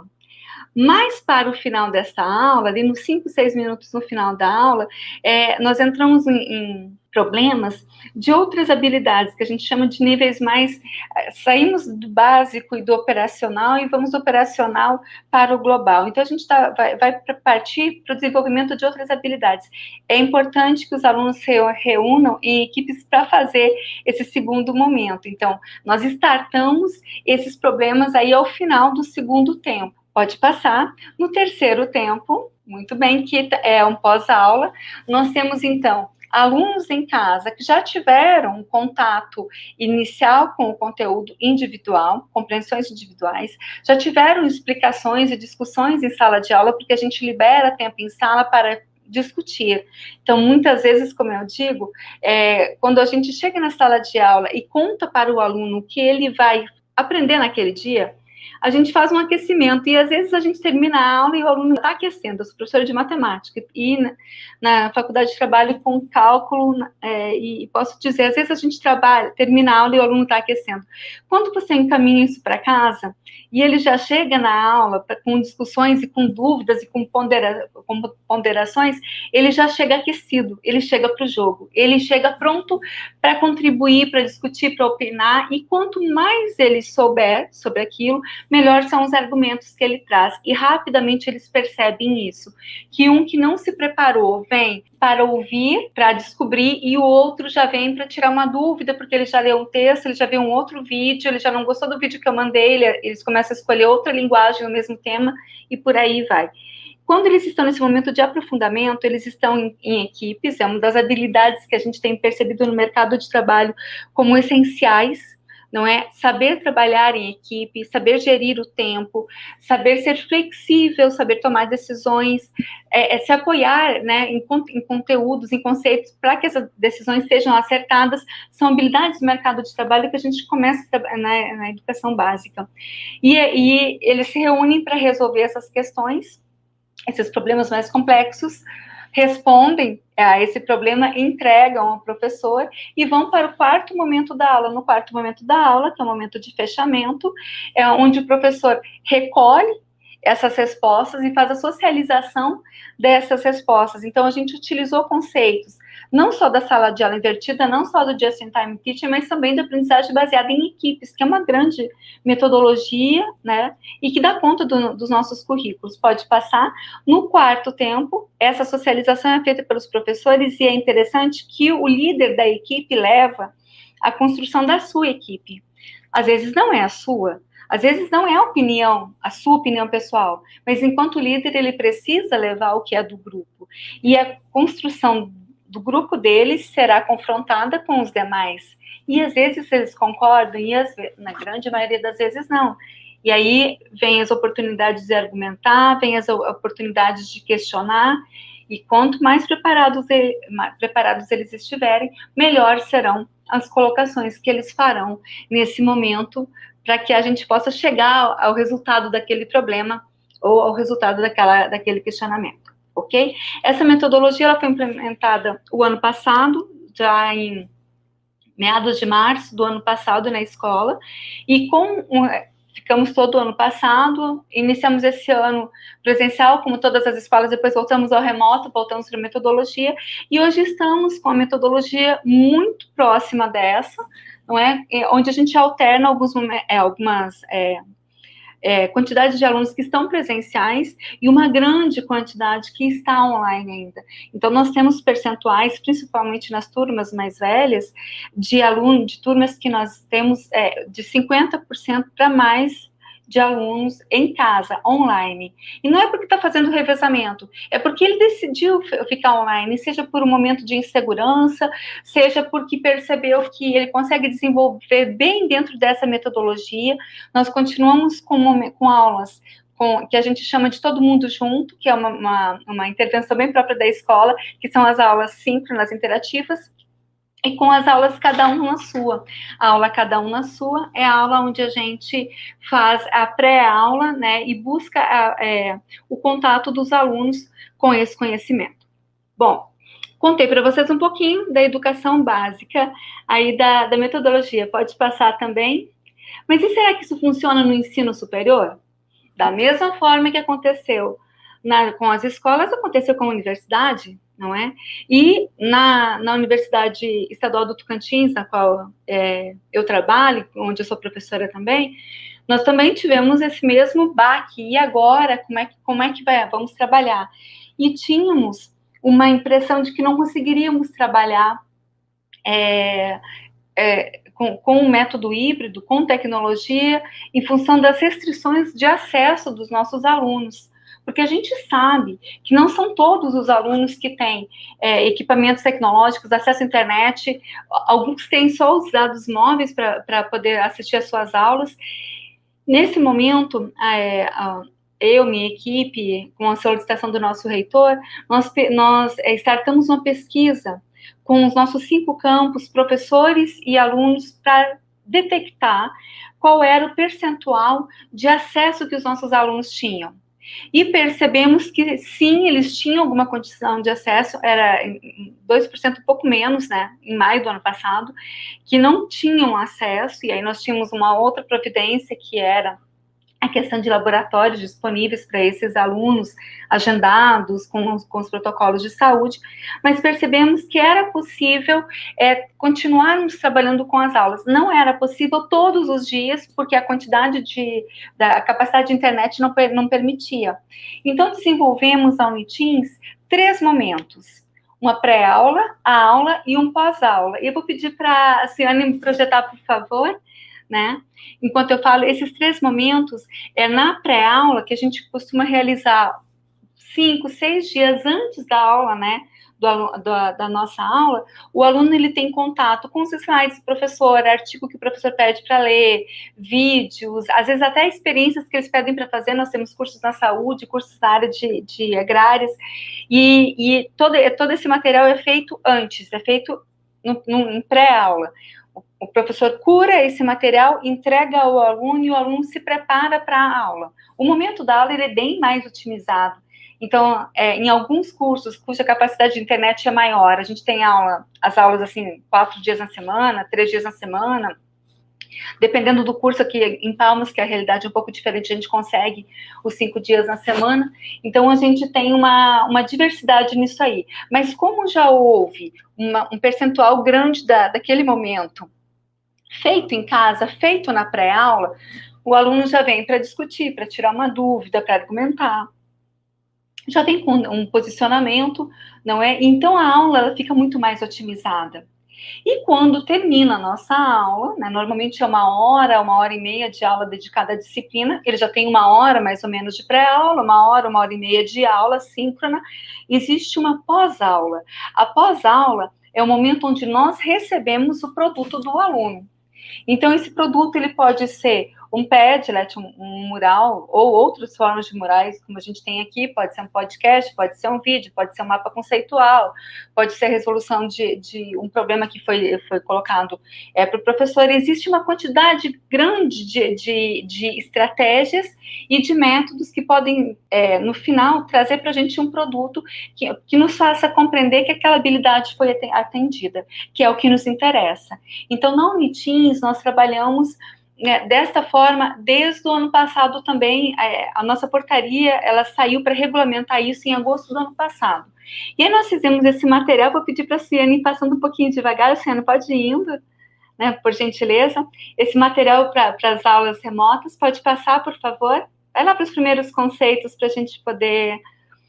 Mas para o final dessa aula, ali nos 5, 6 minutos no final da aula, nós entramos em problemas de outras habilidades, que a gente chama de níveis mais... Saímos do básico e do operacional e vamos do operacional para o global. Então, a gente vai partir para o desenvolvimento de outras habilidades. É importante que os alunos se reúnam em equipes para fazer esse segundo momento. Então, nós startamos esses problemas aí ao final do segundo tempo. Pode passar. No terceiro tempo, muito bem, que é um pós-aula, nós temos, então, alunos em casa que já tiveram um contato inicial com o conteúdo individual, compreensões individuais, já tiveram explicações e discussões em sala de aula, porque a gente libera tempo em sala para discutir. Então, muitas vezes, como eu digo, quando a gente chega na sala de aula e conta para o aluno o que ele vai aprender naquele dia, a gente faz um aquecimento, e às vezes a gente termina a aula e o aluno está aquecendo. Eu sou professora de matemática, e na faculdade de trabalho com cálculo, e posso dizer, às vezes a gente termina a aula e o aluno está aquecendo. Quando você encaminha isso para casa, e ele já chega na aula com discussões e com dúvidas e com ponderações, ele já chega aquecido, ele chega para o jogo, ele chega pronto para contribuir, para discutir, para opinar, e quanto mais ele souber sobre aquilo, melhor são os argumentos que ele traz, e rapidamente eles percebem isso, que um que não se preparou vem para ouvir, para descobrir, e o outro já vem para tirar uma dúvida, porque ele já leu um texto, ele já viu um outro vídeo, ele já não gostou do vídeo que eu mandei, eles começam a escolher outra linguagem no mesmo tema, e por aí vai. Quando eles estão nesse momento de aprofundamento, eles estão em equipes, é uma das habilidades que a gente tem percebido no mercado de trabalho como essenciais, não é? Saber trabalhar em equipe, saber gerir o tempo, saber ser flexível, saber tomar decisões, se apoiar, né, em conteúdos, em conceitos, para que essas decisões sejam acertadas, são habilidades do mercado de trabalho que a gente começa na educação básica. E eles se reúnem para resolver essas questões, esses problemas mais complexos, respondem a esse problema, entregam ao professor e vão para o quarto momento da aula. No quarto momento da aula, que é o momento de fechamento, é onde o professor recolhe essas respostas e faz a socialização dessas respostas. Então, a gente utilizou conceitos não só da sala de aula invertida, não só do Just-in-Time Teaching, mas também da aprendizagem baseada em equipes, que é uma grande metodologia, né, e que dá conta dos nossos currículos. Pode passar. No quarto tempo, essa socialização é feita pelos professores, e é interessante que o líder da equipe leva a construção da sua equipe. Às vezes não é a sua, às vezes não é a sua opinião pessoal, mas enquanto líder ele precisa levar o que é do grupo. E a construção do grupo deles será confrontada com os demais. E às vezes eles concordam, e na grande maioria das vezes não. E aí vem as oportunidades de argumentar, vem as oportunidades de questionar, e quanto mais preparados eles estiverem, melhor serão as colocações que eles farão nesse momento, para que a gente possa chegar ao resultado daquele problema ou ao resultado daquele questionamento, ok? Essa metodologia ela foi implementada o ano passado, já em meados de março do ano passado na escola, e ficamos todo o ano passado, iniciamos esse ano presencial, como todas as escolas, depois voltamos ao remoto, voltamos para a metodologia, e hoje estamos com a metodologia muito próxima dessa, não é? Onde a gente alterna algumas quantidade de alunos que estão presenciais e uma grande quantidade que está online ainda. Então, nós temos percentuais, principalmente nas turmas mais velhas, de turmas que nós temos de 50% para mais de alunos em casa, online. E não é porque está fazendo revezamento, é porque ele decidiu ficar online, seja por um momento de insegurança, seja porque percebeu que ele consegue desenvolver bem dentro dessa metodologia. Nós continuamos com aulas que a gente chama de todo mundo junto, que é uma intervenção bem própria da escola, que são as aulas síncronas interativas, e com as aulas cada um na sua. A aula cada um na sua é a aula onde a gente faz a pré-aula, né, e busca o contato dos alunos com esse conhecimento. Bom, contei para vocês um pouquinho da educação básica, aí da metodologia, pode passar também. Mas e será que isso funciona no ensino superior? Da mesma forma que aconteceu com as escolas, aconteceu com a universidade, não é? E na Universidade Estadual do Tocantins, na qual eu trabalho, onde eu sou professora também, nós também tivemos esse mesmo baque. E agora, como é que vamos trabalhar? E tínhamos uma impressão de que não conseguiríamos trabalhar com um método híbrido, com tecnologia, em função das restrições de acesso dos nossos alunos. Porque a gente sabe que não são todos os alunos que têm equipamentos tecnológicos, acesso à internet, alguns têm só os dados móveis para poder assistir às suas aulas. Nesse momento, minha equipe, com a solicitação do nosso reitor, nós startamos uma pesquisa com os nossos 5 campos, professores e alunos, para detectar qual era o percentual de acesso que os nossos alunos tinham. E percebemos que, sim, eles tinham alguma condição de acesso, era 2%, um pouco menos, né, em maio do ano passado, que não tinham acesso, e aí nós tínhamos uma outra providência, que era a questão de laboratórios disponíveis para esses alunos, agendados com os protocolos de saúde, mas percebemos que era possível continuarmos trabalhando com as aulas. Não era possível todos os dias, porque a quantidade da capacidade de internet não permitia. Então, desenvolvemos a Uniteams 3 momentos: uma pré-aula, a aula e um pós-aula. E eu vou pedir para a Ciane me projetar, por favor, né? Enquanto eu falo, esses 3 momentos na pré-aula, que a gente costuma realizar 5, 6 dias antes da aula, né, da nossa aula. O aluno, ele tem contato com os slides do professor, artigo que o professor pede para ler, vídeos, às vezes até experiências que eles pedem para fazer. Nós temos cursos na saúde, cursos na área de agrárias, e todo esse material é feito antes, é feito em pré-aula. O professor cura esse material, entrega ao aluno e o aluno se prepara para a aula. O momento da aula, ele é bem mais otimizado. Então, em alguns cursos cuja capacidade de internet é maior, a gente tem as aulas assim, 4 dias na semana, 3 dias na semana. Dependendo do curso aqui em Palmas, que a realidade é um pouco diferente, a gente consegue os 5 dias na semana. Então, a gente tem uma diversidade nisso aí. Mas como já houve um percentual grande daquele momento feito em casa, feito na pré-aula, o aluno já vem para discutir, para tirar uma dúvida, para argumentar. Já vem com um posicionamento, não é? Então, a aula ela fica muito mais otimizada. E quando termina a nossa aula, né, normalmente é 1h e meia de aula dedicada à disciplina, ele já tem 1 hora mais ou menos de pré-aula, 1 hora e meia de aula síncrona, existe uma pós-aula. A pós-aula é o momento onde nós recebemos o produto do aluno. Então, esse produto ele pode ser um Padlet, um mural, ou outras formas de murais, como a gente tem aqui, pode ser um podcast, pode ser um vídeo, pode ser um mapa conceitual, pode ser a resolução de um problema que foi colocado para o professor. Existe uma quantidade grande de estratégias e de métodos que podem, no final, trazer para a gente um produto que nos faça compreender que aquela habilidade foi atendida, que é o que nos interessa. Então, na Uniteams, nós trabalhamos desta forma, desde o ano passado também, a nossa portaria, ela saiu para regulamentar isso em agosto do ano passado. E aí nós fizemos esse material, vou pedir para a Ciane ir passando um pouquinho devagar, Ciane, pode ir indo, né, por gentileza. Esse material para as aulas remotas, pode passar, por favor? Vai lá para os primeiros conceitos para a gente poder...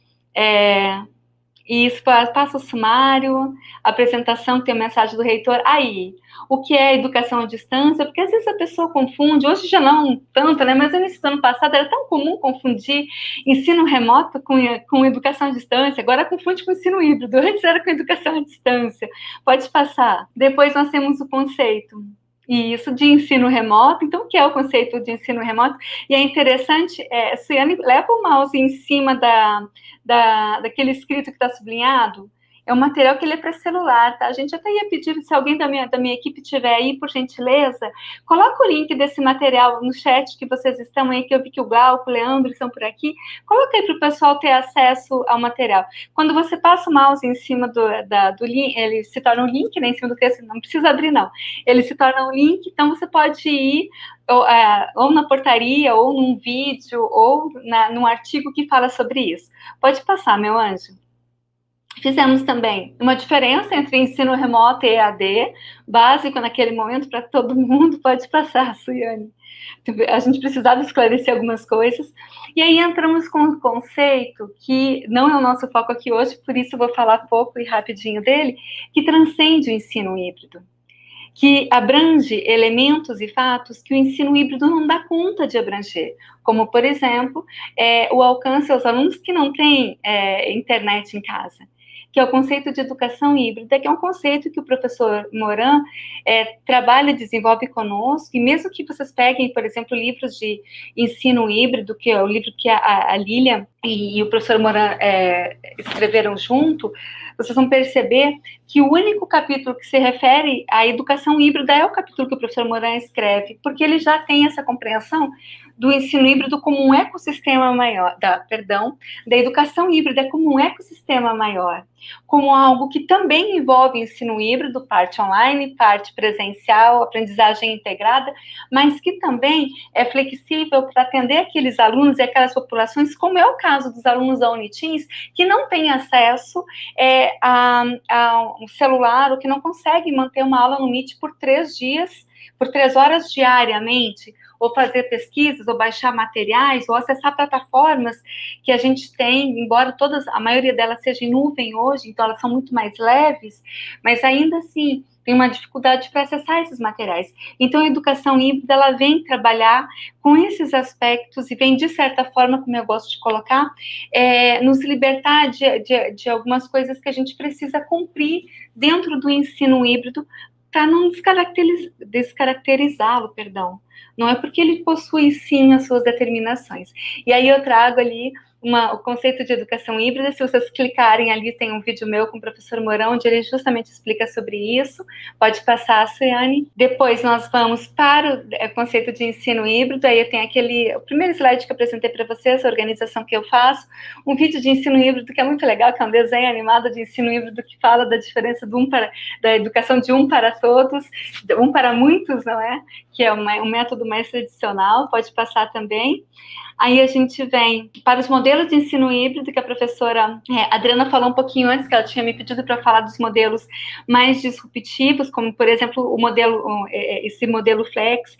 Isso, passa o sumário, a apresentação, tem a mensagem do reitor. Aí, o que é educação à distância? Porque às vezes a pessoa confunde, hoje já não tanto, né? Mas no início do ano passado era tão comum confundir ensino remoto com educação à distância, agora confunde com ensino híbrido, antes era com educação à distância. Pode passar. Depois nós temos o conceito. E isso de ensino remoto. Então, o que é o conceito de ensino remoto? E é interessante, Suiane, leva o mouse em cima daquele escrito que está sublinhado. É um material que ele é para celular, tá? A gente até ia pedir, se alguém da minha equipe tiver aí, por gentileza, coloca o link desse material no chat que vocês estão aí, que eu vi que o Glauco, o Leandro estão por aqui. Coloca aí para o pessoal ter acesso ao material. Quando você passa o mouse em cima do link, ele se torna um link, né, em cima do texto, não precisa abrir, não. Ele se torna um link, então você pode ir ou na portaria, ou num vídeo, ou num artigo que fala sobre isso. Pode passar, meu anjo. Fizemos também uma diferença entre ensino remoto e EAD, básico naquele momento para todo mundo. Pode passar, Suiane. A gente precisava esclarecer algumas coisas. E aí entramos com um conceito que não é o nosso foco aqui hoje, por isso eu vou falar pouco e rapidinho dele, que transcende o ensino híbrido, que abrange elementos e fatos que o ensino híbrido não dá conta de abranger, como, por exemplo, o alcance aos alunos que não têm internet em casa, que é o conceito de educação híbrida, que é um conceito que o professor Moran trabalha e desenvolve conosco, e mesmo que vocês peguem, por exemplo, livros de ensino híbrido, que é o livro que a Lília e o professor Moran escreveram junto, vocês vão perceber que o único capítulo que se refere à educação híbrida é o capítulo que o professor Moran escreve, porque ele já tem essa compreensão do ensino híbrido como um ecossistema maior, da educação híbrida como um ecossistema maior, como algo que também envolve ensino híbrido, parte online, parte presencial, aprendizagem integrada, mas que também é flexível para atender aqueles alunos e aquelas populações, como é o caso dos alunos da Unitins, que não têm acesso a um celular, ou que não conseguem manter uma aula no Meet por 3 dias, por 3 horas diariamente, ou fazer pesquisas, ou baixar materiais, ou acessar plataformas que a gente tem, embora a maioria delas seja em nuvem hoje, então elas são muito mais leves, mas ainda assim tem uma dificuldade para acessar esses materiais. Então, a educação híbrida, ela vem trabalhar com esses aspectos e vem, de certa forma, como eu gosto de colocar, nos libertar de algumas coisas que a gente precisa cumprir dentro do ensino híbrido para não descaracterizá-lo, perdão. Não é porque ele possui, sim, as suas determinações. E aí eu trago ali o conceito de educação híbrida. Se vocês clicarem ali, tem um vídeo meu com o professor Mourão, onde ele justamente explica sobre isso. Pode passar, Suiane. Depois nós vamos para o conceito de ensino híbrido. Aí eu tenho o primeiro slide que eu apresentei para vocês, a organização que eu faço. Um vídeo de ensino híbrido que é muito legal, que é um desenho animado de ensino híbrido que fala da diferença da educação de um para todos, um para muitos, não é? Que é um método mais tradicional. Pode passar também. Aí a gente vem para os modelos de ensino híbrido, que a professora Adriana falou um pouquinho antes, que ela tinha me pedido para falar dos modelos mais disruptivos, como, por exemplo, esse modelo Flex,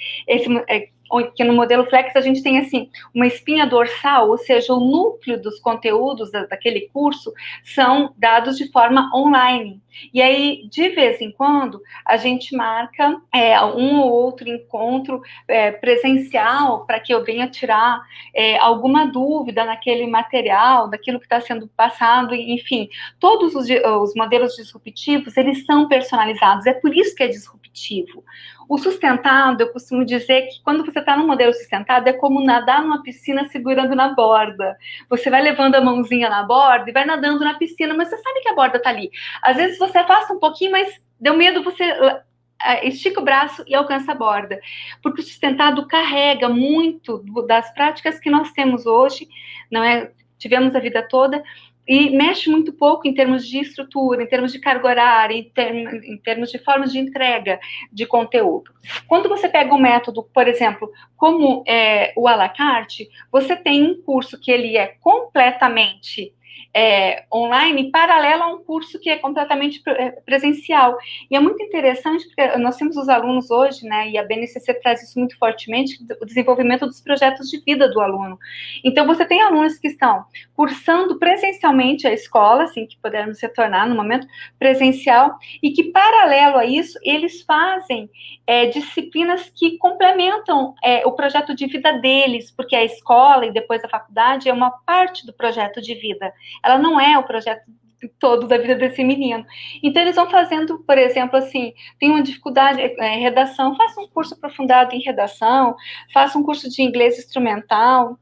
que no modelo Flex a gente tem, assim, uma espinha dorsal, ou seja, o núcleo dos conteúdos daquele curso são dados de forma online. E aí, de vez em quando, a gente marca um ou outro encontro presencial para que eu venha tirar alguma dúvida naquele material, daquilo que está sendo passado, enfim. Todos os modelos disruptivos, eles são personalizados, é por isso que é disruptivo. O sustentado, eu costumo dizer que quando você está no modelo sustentado, é como nadar numa piscina segurando na borda. Você vai levando a mãozinha na borda e vai nadando na piscina, mas você sabe que a borda está ali. Às vezes você afasta um pouquinho, mas deu medo, você estica o braço e alcança a borda. Porque o sustentado carrega muito das práticas que nós temos hoje, não é? Tivemos a vida toda, e mexe muito pouco em termos de estrutura, em termos de carga horária, em termos de forma de entrega de conteúdo. Quando você pega um método, por exemplo, como o à la carte, você tem um curso que ele é completamente online, paralelo a um curso que é completamente presencial. E é muito interessante, porque nós temos os alunos hoje, né, e a BNCC traz isso muito fortemente, o desenvolvimento dos projetos de vida do aluno. Então, você tem alunos que estão cursando presencialmente a escola, assim, que pudermos retornar no momento presencial, e que, paralelo a isso, eles fazem disciplinas que complementam o projeto de vida deles, porque a escola e depois a faculdade é uma parte do projeto de vida. Ela não é o projeto todo da vida desse menino. Então, eles vão fazendo, por exemplo, assim, tem uma dificuldade em redação, faça um curso aprofundado em redação, faça um curso de inglês instrumental,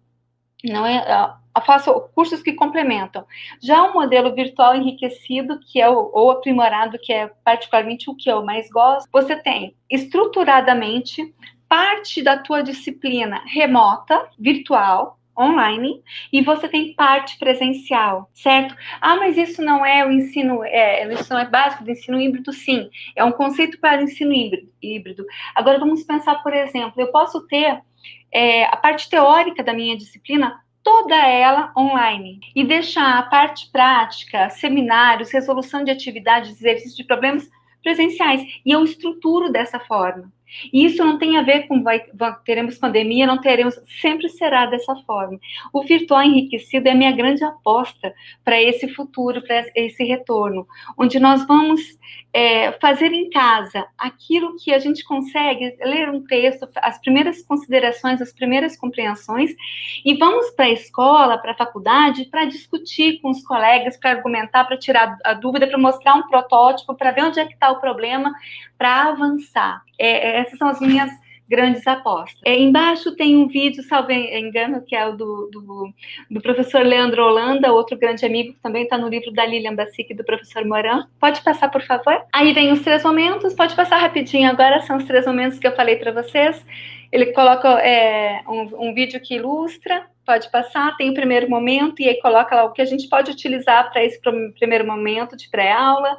faça cursos que complementam. Já o modelo virtual enriquecido, que é ou aprimorado, que é particularmente o que eu mais gosto, você tem estruturadamente parte da tua disciplina remota, virtual, online, e você tem parte presencial, certo? Mas isso não é o ensino, isso não é básico do ensino híbrido, sim. É um conceito para o ensino híbrido. Agora, vamos pensar, por exemplo, eu posso ter a parte teórica da minha disciplina, toda ela online, e deixar a parte prática, seminários, resolução de atividades, exercícios de problemas presenciais, e eu estruturo dessa forma. E isso não tem a ver com teremos pandemia, não teremos, sempre será dessa forma. O virtual enriquecido é a minha grande aposta para esse futuro, para esse retorno, onde nós vamos fazer em casa aquilo que a gente consegue, ler um texto, as primeiras considerações, as primeiras compreensões, e vamos para a escola, para a faculdade, para discutir com os colegas, para argumentar, para tirar a dúvida, para mostrar um protótipo, para ver onde é que está o problema, para avançar. Essas são as minhas grandes apostas. Embaixo tem um vídeo, salvo engano, que é o do professor Leandro Holanda, outro grande amigo, que também está no livro da Lilian Bassic, do professor Moran. Pode passar, por favor? Aí vem os 3 momentos, pode passar rapidinho agora, são os 3 momentos que eu falei para vocês. Ele coloca um vídeo que ilustra, pode passar, tem o primeiro momento, e aí coloca lá o que a gente pode utilizar para esse primeiro momento de pré-aula.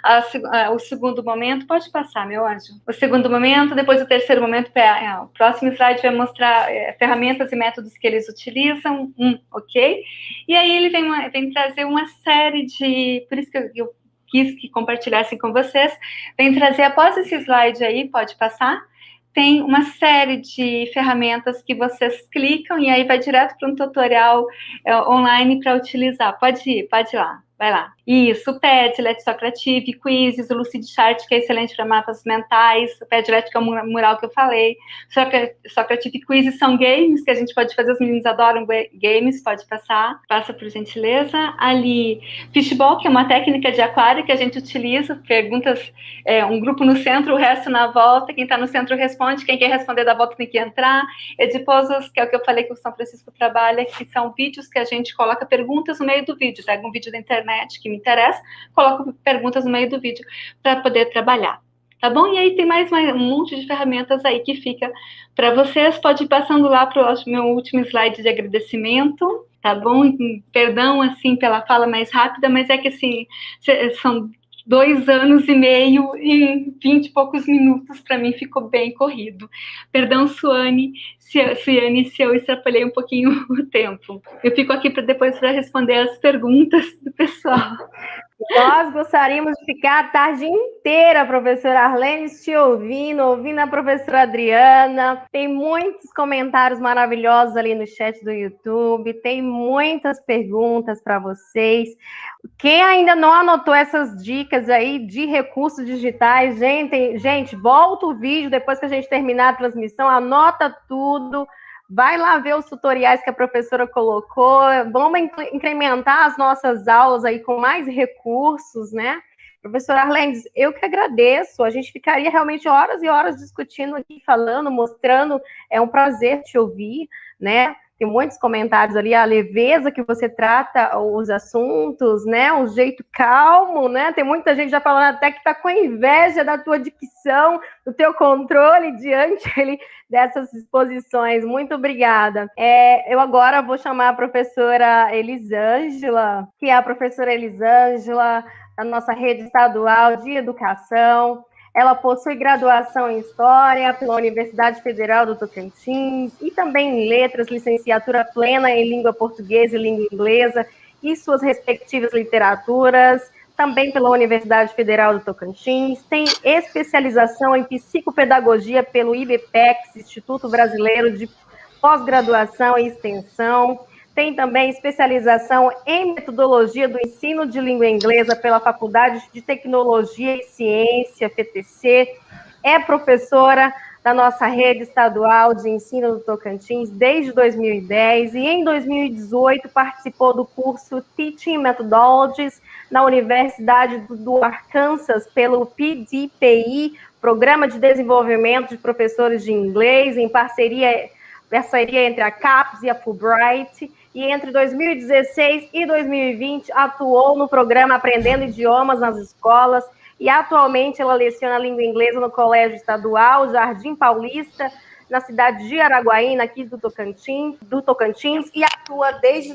O segundo momento, pode passar, meu anjo. O segundo momento, depois o terceiro momento, o próximo slide vai mostrar ferramentas e métodos que eles utilizam, ok? E aí ele vem trazer uma série de, por isso que eu quis que compartilhassem com vocês, vem trazer, após esse slide aí, pode passar, tem uma série de ferramentas que vocês clicam e aí vai direto para um tutorial online para utilizar. Pode ir lá. Vai lá. Isso, o Padlet, Socrative, Quizzes, o Lucidchart, que é excelente para mapas mentais, o Padlet, que é o mural que eu falei, Socrative e Quizzes são games que a gente pode fazer, os meninos adoram games, pode passar, passa por gentileza. Ali, Fishball, que é uma técnica de aquário que a gente utiliza, perguntas, um grupo no centro, o resto na volta, quem está no centro responde, quem quer responder da volta tem que entrar. Edipuzzles, que é o que eu falei que o São Francisco trabalha, que são vídeos que a gente coloca perguntas no meio do vídeo, pega um vídeo da internet que me interessa, coloco perguntas no meio do vídeo para poder trabalhar, tá bom? E aí tem mais um monte de ferramentas aí que fica para vocês, pode ir passando lá para o meu último slide de agradecimento, tá bom? Perdão, assim, pela fala mais rápida, mas é que, assim, são 2 anos e meio em 20 e poucos minutos, para mim ficou bem corrido. Perdão, Suane, se eu extrapolhei um pouquinho o tempo. Eu fico aqui depois para responder as perguntas do pessoal. Nós gostaríamos de ficar a tarde inteira, professora Arlene, te ouvindo a professora Adriana. Tem muitos comentários maravilhosos ali no chat do YouTube, tem muitas perguntas para vocês. Quem ainda não anotou essas dicas aí de recursos digitais, gente, volta o vídeo depois que a gente terminar a transmissão, anota tudo. Vai lá ver os tutoriais que a professora colocou, vamos incrementar as nossas aulas aí com mais recursos, né? Professora Arlene, eu que agradeço, a gente ficaria realmente horas e horas discutindo aqui, falando, mostrando, é um prazer te ouvir, né? tem muitos comentários ali, a leveza que você trata os assuntos, né? Um jeito calmo, né? Tem muita gente já falando até que está com inveja da tua dicção, do teu controle diante ali dessas exposições. Muito obrigada. Eu agora vou chamar a professora Elisângela, que é a professora Elisângela da nossa rede estadual de educação. Ela possui graduação em História pela Universidade Federal do Tocantins e também em Letras, licenciatura plena em Língua Portuguesa e Língua Inglesa e suas respectivas literaturas, também pela Universidade Federal do Tocantins. Tem especialização em Psicopedagogia pelo IBPEX, Instituto Brasileiro de Pós-Graduação e Extensão. Tem também especialização em Metodologia do Ensino de Língua Inglesa pela Faculdade de Tecnologia e Ciência, FTC. É professora da nossa rede estadual de ensino do Tocantins desde 2010 e em 2018 participou do curso Teaching Methodologies na Universidade do Arkansas pelo PDPI, Programa de Desenvolvimento de Professores de Inglês, em parceria entre a CAPES e a Fulbright, e entre 2016 e 2020 atuou no programa Aprendendo Idiomas nas Escolas, e atualmente ela leciona língua inglesa no Colégio Estadual Jardim Paulista, na cidade de Araguaína, aqui do Tocantins, e atua desde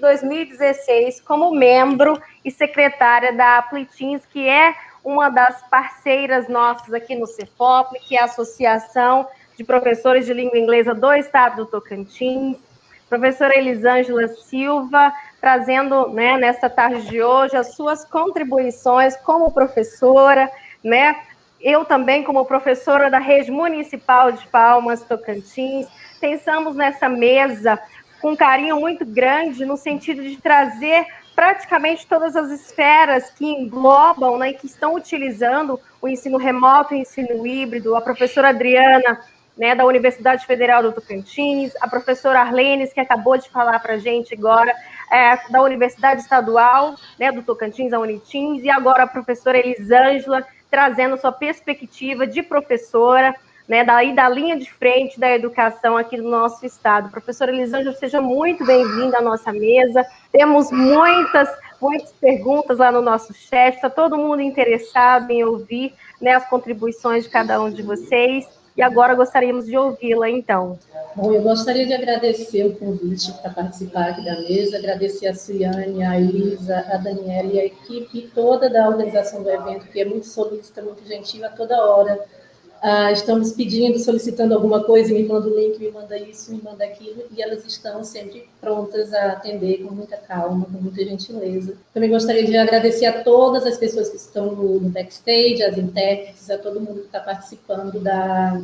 2016 como membro e secretária da Aplitins, que é uma das parceiras nossas aqui no Cefopli, que é a Associação de Professores de Língua Inglesa do Estado do Tocantins. Professora Elisângela Silva, trazendo, né, nesta tarde de hoje, as suas contribuições como professora, né? Eu também, como professora da Rede Municipal de Palmas, Tocantins, pensamos nessa mesa com um carinho muito grande, no sentido de trazer praticamente todas as esferas que englobam, né, e que estão utilizando o ensino remoto e o ensino híbrido. A professora Adriana, né, da Universidade Federal do Tocantins, a professora Arlenes, que acabou de falar para a gente agora, da Universidade Estadual, né, do Tocantins, a Unitins, e agora a professora Elisângela, trazendo sua perspectiva de professora, né, da linha de frente da educação aqui do nosso estado. Professora Elisângela, seja muito bem-vinda à nossa mesa. Temos muitas perguntas lá no nosso chat, está todo mundo interessado em ouvir, né, as contribuições de cada um de vocês. E agora gostaríamos de ouvi-la, então. Bom, eu gostaria de agradecer o convite para participar aqui da mesa, agradecer a Suiane, a Elisa, a Daniela e a equipe toda da organização do evento, que é muito solícita, muito gentil a toda hora. Estamos pedindo, solicitando alguma coisa, me manda o link, me manda isso, me manda aquilo, e elas estão sempre prontas a atender com muita calma, com muita gentileza. Também gostaria de agradecer a todas as pessoas que estão no backstage, as intérpretes, a todo mundo que está participando da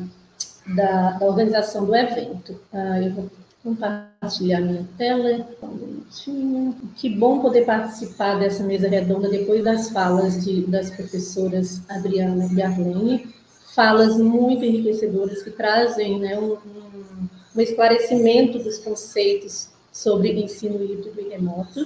organização do evento. Eu vou compartilhar minha tela. Um minutinho. Que bom poder participar dessa mesa redonda depois das falas das professoras Adriana e Arlene. Falas muito enriquecedoras que trazem, né, um esclarecimento dos conceitos sobre ensino híbrido e remoto.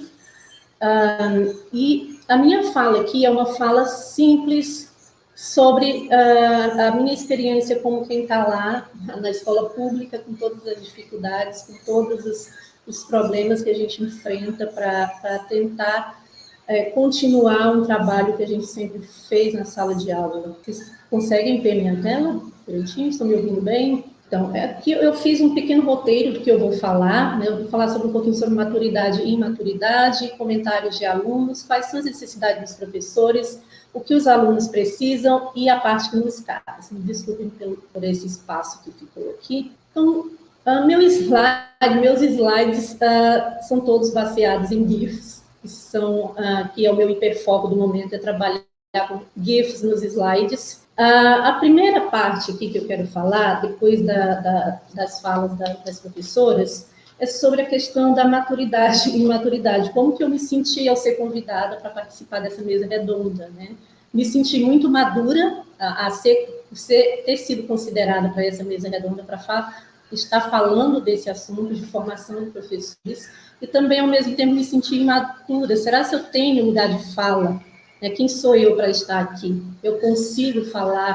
E a minha fala aqui é uma fala simples sobre a minha experiência como quem está lá na escola pública, com todas as dificuldades, com todos os problemas que a gente enfrenta para tentar continuar um trabalho que a gente sempre fez na sala de aula. Vocês conseguem ver minha tela? Direitinho? Estão me ouvindo bem? Então, aqui eu fiz um pequeno roteiro do que eu vou falar, né? Eu vou falar sobre um pouquinho sobre maturidade e imaturidade, comentários de alunos, quais são as necessidades dos professores, o que os alunos precisam e a parte que nos cabe. Me desculpem por esse espaço que ficou aqui. Então, meus slides são todos baseados em GIFs, que é o meu hiperfoco do momento, é trabalhar com GIFs nos slides. A primeira parte aqui que eu quero falar, depois das falas das professoras, é sobre a questão da maturidade e imaturidade. Como que eu me senti ao ser convidada para participar dessa mesa redonda, né? Me senti muito madura ter sido considerada para essa mesa redonda, para estar falando desse assunto de formação de professores, e também, ao mesmo tempo, me senti imatura. Será que eu tenho lugar de fala? Quem sou eu para estar aqui? Eu consigo falar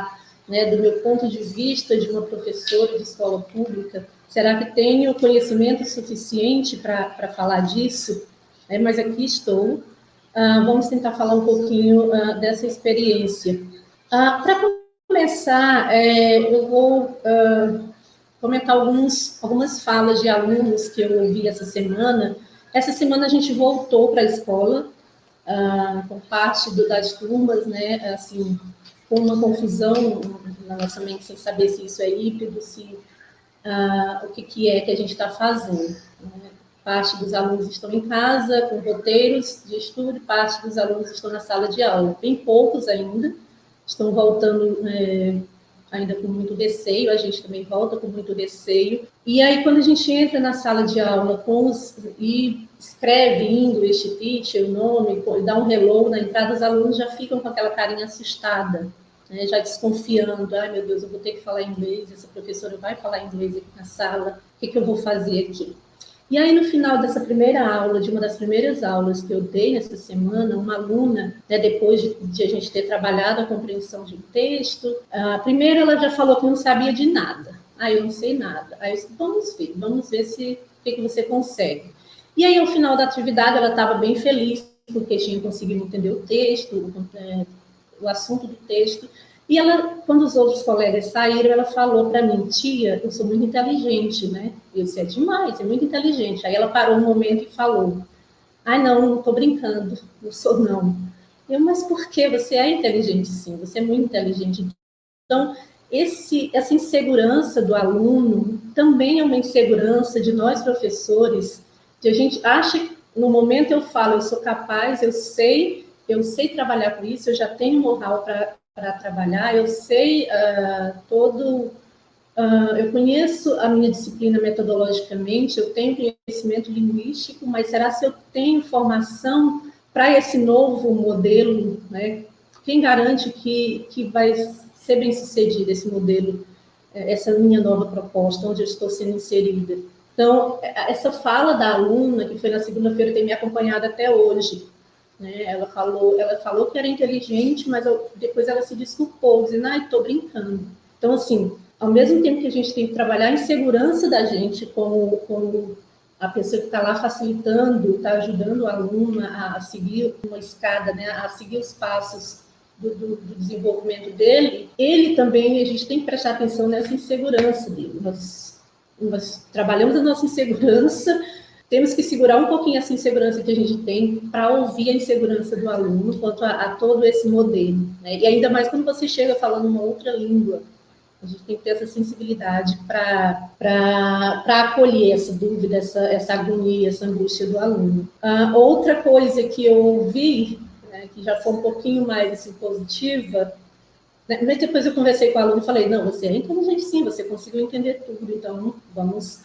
né, do meu ponto de vista de uma professora de escola pública, será que tenho conhecimento suficiente para falar disso? Mas aqui estou. Vamos tentar falar um pouquinho dessa experiência. Para começar, eu vou comentar algumas falas de alunos que eu ouvi essa semana. Essa semana a gente voltou para a escola, com parte das turmas, né, assim, com uma confusão na nossa mente, sem saber se isso é híbrido, se o que é que a gente está fazendo. Né? Parte dos alunos estão em casa, com roteiros de estudo, parte dos alunos estão na sala de aula. Bem poucos ainda, estão voltando ainda com muito receio, a gente também volta com muito receio. E aí, quando a gente entra na sala de aula e escreve em inglês, teacher, o nome, e dá um hello na entrada, os alunos já ficam com aquela carinha assustada, né, já desconfiando. Ai, meu Deus, eu vou ter que falar inglês, essa professora vai falar inglês aqui na sala, o que eu vou fazer aqui? E aí, no final dessa primeira aula, de uma das primeiras aulas que eu dei nessa semana, uma aluna, né, depois de a gente ter trabalhado a compreensão de um texto, primeiro ela já falou que não sabia de nada. Eu não sei nada. Aí eu disse, vamos ver o que você consegue. E aí, ao final da atividade, ela estava bem feliz, porque tinha conseguido entender o texto, o assunto do texto. E ela, quando os outros colegas saíram, ela falou para mim, tia, eu sou muito inteligente, né? Eu disse, é demais, é muito inteligente. Aí ela parou um momento e falou, não estou brincando, não sou não. Mas por quê? Você é inteligente, sim, você é muito inteligente. Então, essa insegurança do aluno também é uma insegurança de nós, professores, que a gente acha que no momento eu falo, eu sou capaz, eu sei trabalhar com isso, eu já tenho know-how para trabalhar, eu sei eu conheço a minha disciplina metodologicamente, eu tenho conhecimento linguístico, mas será se eu tenho formação para esse novo modelo, né? Quem garante que vai ser bem sucedido esse modelo, essa minha nova proposta, onde eu estou sendo inserida? Então, essa fala da aluna, que foi na segunda-feira, tem me acompanhado até hoje, né? Ela falou que era inteligente, mas depois ela se desculpou, dizendo, estou brincando. Então, assim, ao mesmo tempo que a gente tem que trabalhar a insegurança da gente como a pessoa que está lá facilitando, está ajudando o aluno a seguir uma escada, né? A seguir os passos do desenvolvimento dele, ele também, a gente tem que prestar atenção nessa insegurança dele. Nós trabalhamos a nossa insegurança, temos que segurar um pouquinho essa insegurança que a gente tem para ouvir a insegurança do aluno quanto a todo esse modelo, né? E ainda mais quando você chega falando uma outra língua, a gente tem que ter essa sensibilidade para acolher essa dúvida, essa agonia, essa angústia do aluno. Outra coisa que eu ouvi, né, que já foi um pouquinho mais assim, positiva, né, mas depois eu conversei com o aluno e falei, não, você é inteligente sim, você conseguiu entender tudo, então vamos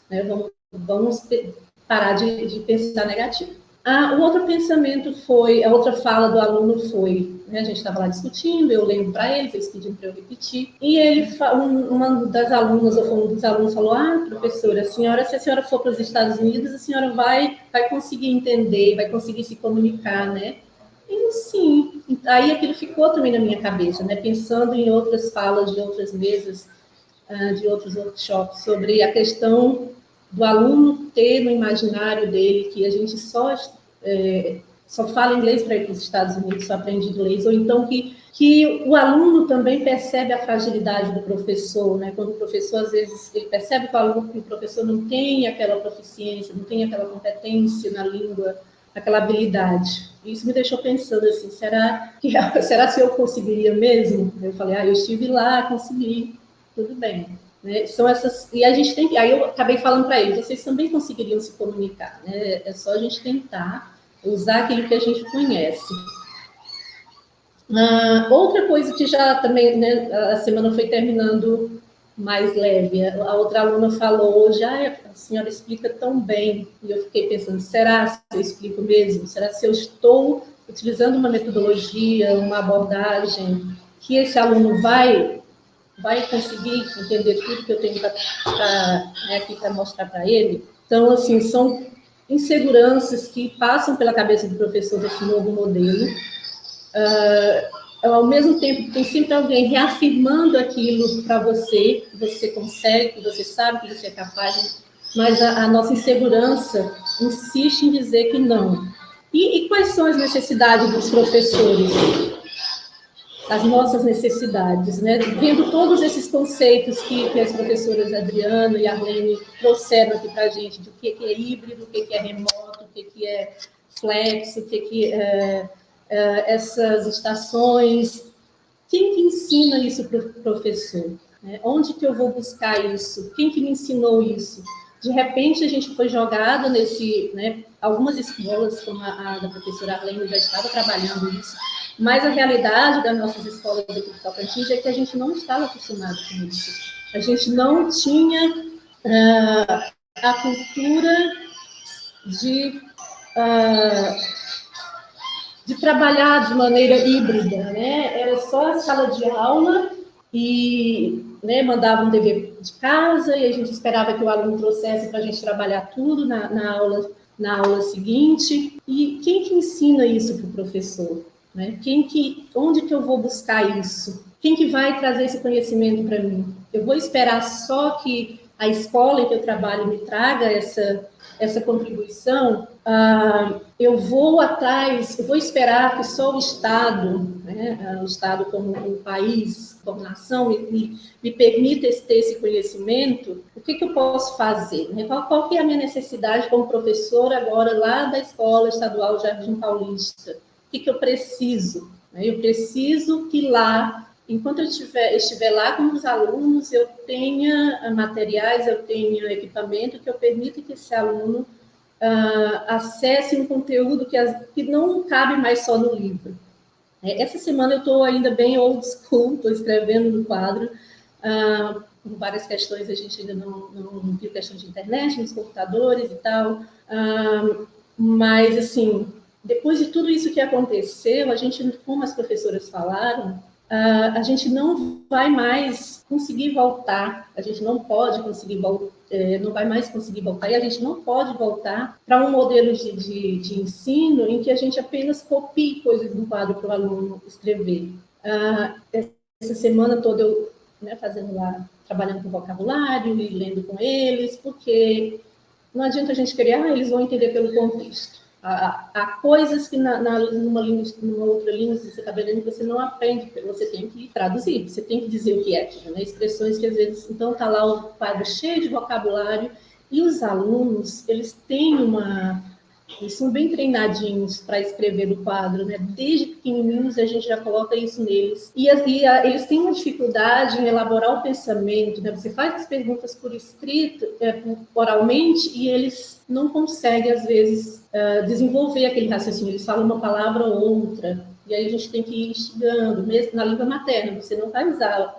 parar de pensar negativo. O outro pensamento a outra fala do aluno foi, né, a gente estava lá discutindo, eu lembro para eles pediram para eu repetir, e uma das alunas, ou um dos alunos falou, professora, se a senhora for para os Estados Unidos, a senhora vai conseguir entender, vai conseguir se comunicar, né? E sim, aí aquilo ficou também na minha cabeça, né, pensando em outras falas de outras mesas, de outros workshops, sobre a questão do aluno ter no imaginário dele que a gente só fala inglês para ir para os Estados Unidos, só aprende inglês, ou então que o aluno também percebe a fragilidade do professor, né? Quando o professor, às vezes, ele percebe que o professor não tem aquela proficiência, não tem aquela competência na língua, aquela habilidade. Isso me deixou pensando assim, será se eu conseguiria mesmo? Eu falei, eu estive lá, consegui, tudo bem. Né? São essas, e a gente tem, aí eu acabei falando para eles, vocês também conseguiriam se comunicar, né? É só a gente tentar usar aquilo que a gente conhece. Outra coisa que já também, né, a semana foi terminando mais leve, a outra aluna falou, a senhora explica tão bem, e eu fiquei pensando, será se eu explico mesmo? Será se eu estou utilizando uma metodologia, uma abordagem, que esse aluno vai conseguir entender tudo que eu tenho aqui para mostrar para ele? Então, assim, são inseguranças que passam pela cabeça do professor desse novo modelo. ao mesmo tempo tem sempre alguém reafirmando aquilo para você, que você consegue, que você sabe que você é capaz, mas a nossa insegurança insiste em dizer que não. E quais são as necessidades dos professores? As nossas necessidades, né? Vendo todos esses conceitos que as professoras Adriana e Arlene trouxeram aqui para a gente, do que é híbrido, o que é remoto, o que é flex, o que é essas estações. Quem que ensina isso para o professor? Onde que eu vou buscar isso? Quem que me ensinou isso? De repente, a gente foi jogado nesse... Né, algumas escolas, como a da professora Arlene, já estava trabalhando isso, mas a realidade das nossas escolas aqui de Tocantins é que a gente não estava acostumado com isso. A gente não tinha a cultura de trabalhar de maneira híbrida, né? Era só a sala de aula e, né, mandava um dever de casa e a gente esperava que o aluno trouxesse para a gente trabalhar tudo na aula seguinte. E quem que ensina isso para o professor? Né? Onde que eu vou buscar isso? Quem que vai trazer esse conhecimento para mim? Eu vou esperar só que a escola em que eu trabalho me traga essa contribuição? Eu vou atrás, eu vou esperar que só o Estado, né, o Estado como um país, como nação, me permita ter esse conhecimento? O que eu posso fazer? Né? Qual que é a minha necessidade como professora agora lá da Escola Estadual Jardim Paulista? O que eu preciso? Eu preciso que lá, enquanto eu estiver lá com os alunos, eu tenha materiais, eu tenha equipamento que eu permita que esse aluno acesse um conteúdo que não cabe mais só no livro. Essa semana eu estou ainda bem old school, estou escrevendo no quadro, por várias questões, a gente ainda não viu questão de internet, nos computadores e tal, mas, assim, depois de tudo isso que aconteceu, a gente, como as professoras falaram, a gente não vai mais conseguir voltar, a gente não pode conseguir voltar, não vai mais conseguir voltar, e a gente não pode voltar para um modelo de ensino em que a gente apenas copie coisas do quadro para o aluno escrever. Essa semana toda eu, né, fazendo lá, trabalhando com vocabulário e lendo com eles, porque não adianta a gente querer, eles vão entender pelo contexto. Há coisas que numa outra língua, se você está aprendendo, você não aprende, você tem que traduzir, você tem que dizer o que é aquilo, né? Expressões que às vezes, então está lá o quadro cheio de vocabulário, e os alunos, eles são bem treinadinhos para escrever o quadro, né? Desde pequenininhos a gente já coloca isso neles. E eles têm uma dificuldade em elaborar o pensamento, né? Você faz as perguntas por escrito, oralmente, e eles não conseguem, às vezes, desenvolver aquele raciocínio. Eles falam uma palavra ou outra, e aí a gente tem que ir instigando, mesmo na língua materna. Você não vai usar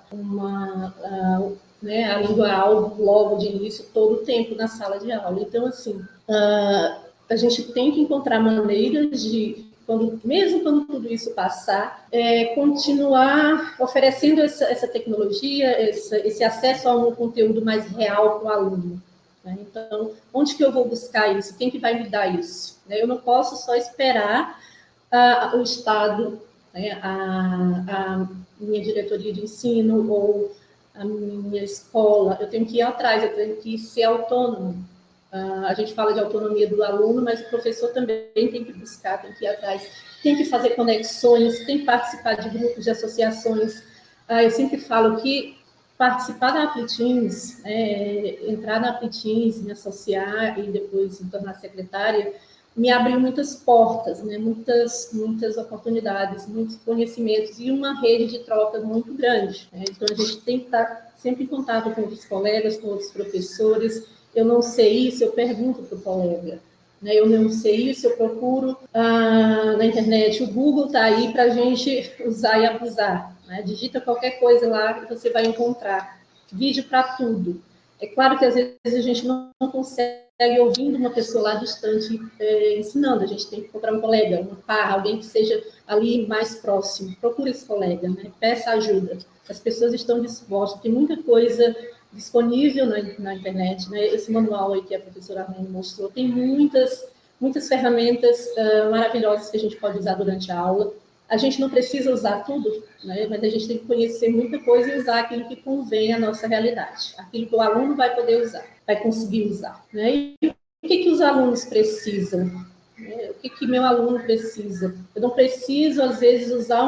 a língua alvo logo de início todo o tempo na sala de aula. Então, assim... a gente tem que encontrar maneiras de, mesmo quando tudo isso passar, continuar oferecendo essa tecnologia, esse acesso a um conteúdo mais real para o aluno. Né? Então, onde que eu vou buscar isso? Quem que vai me dar isso? Eu não posso só esperar o Estado, né, a minha diretoria de ensino ou a minha escola. Eu tenho que ir atrás, eu tenho que ser autônomo. A gente fala de autonomia do aluno, mas o professor também tem que buscar, tem que ir atrás, tem que fazer conexões, tem que participar de grupos, de associações. Eu sempre falo que participar da Apliteens, entrar na Apliteens, me associar e depois me tornar secretária, me abriu muitas portas, né? muitas oportunidades, muitos conhecimentos e uma rede de troca muito grande. Né? Então, a gente tem que estar sempre em contato com outros colegas, com outros professores. Eu não sei isso, eu pergunto para o colega. Né? Eu não sei isso, eu procuro na internet. O Google está aí para a gente usar e abusar. Né? Digita qualquer coisa lá e você vai encontrar. Vídeo para tudo. É claro que às vezes a gente não consegue ouvindo uma pessoa lá distante ensinando. A gente tem que encontrar um colega, um par, alguém que seja ali mais próximo. Procure esse colega, né? Peça ajuda. As pessoas estão dispostas, tem muita coisa disponível na internet, né? Esse manual aí que a professora Arlene mostrou, tem muitas ferramentas maravilhosas que a gente pode usar durante a aula. A gente não precisa usar tudo, né? Mas a gente tem que conhecer muita coisa e usar aquilo que convém à nossa realidade, aquilo que o aluno vai poder usar, vai conseguir usar, né? E o que os alunos precisam? O que meu aluno precisa? Eu não preciso, às vezes, usar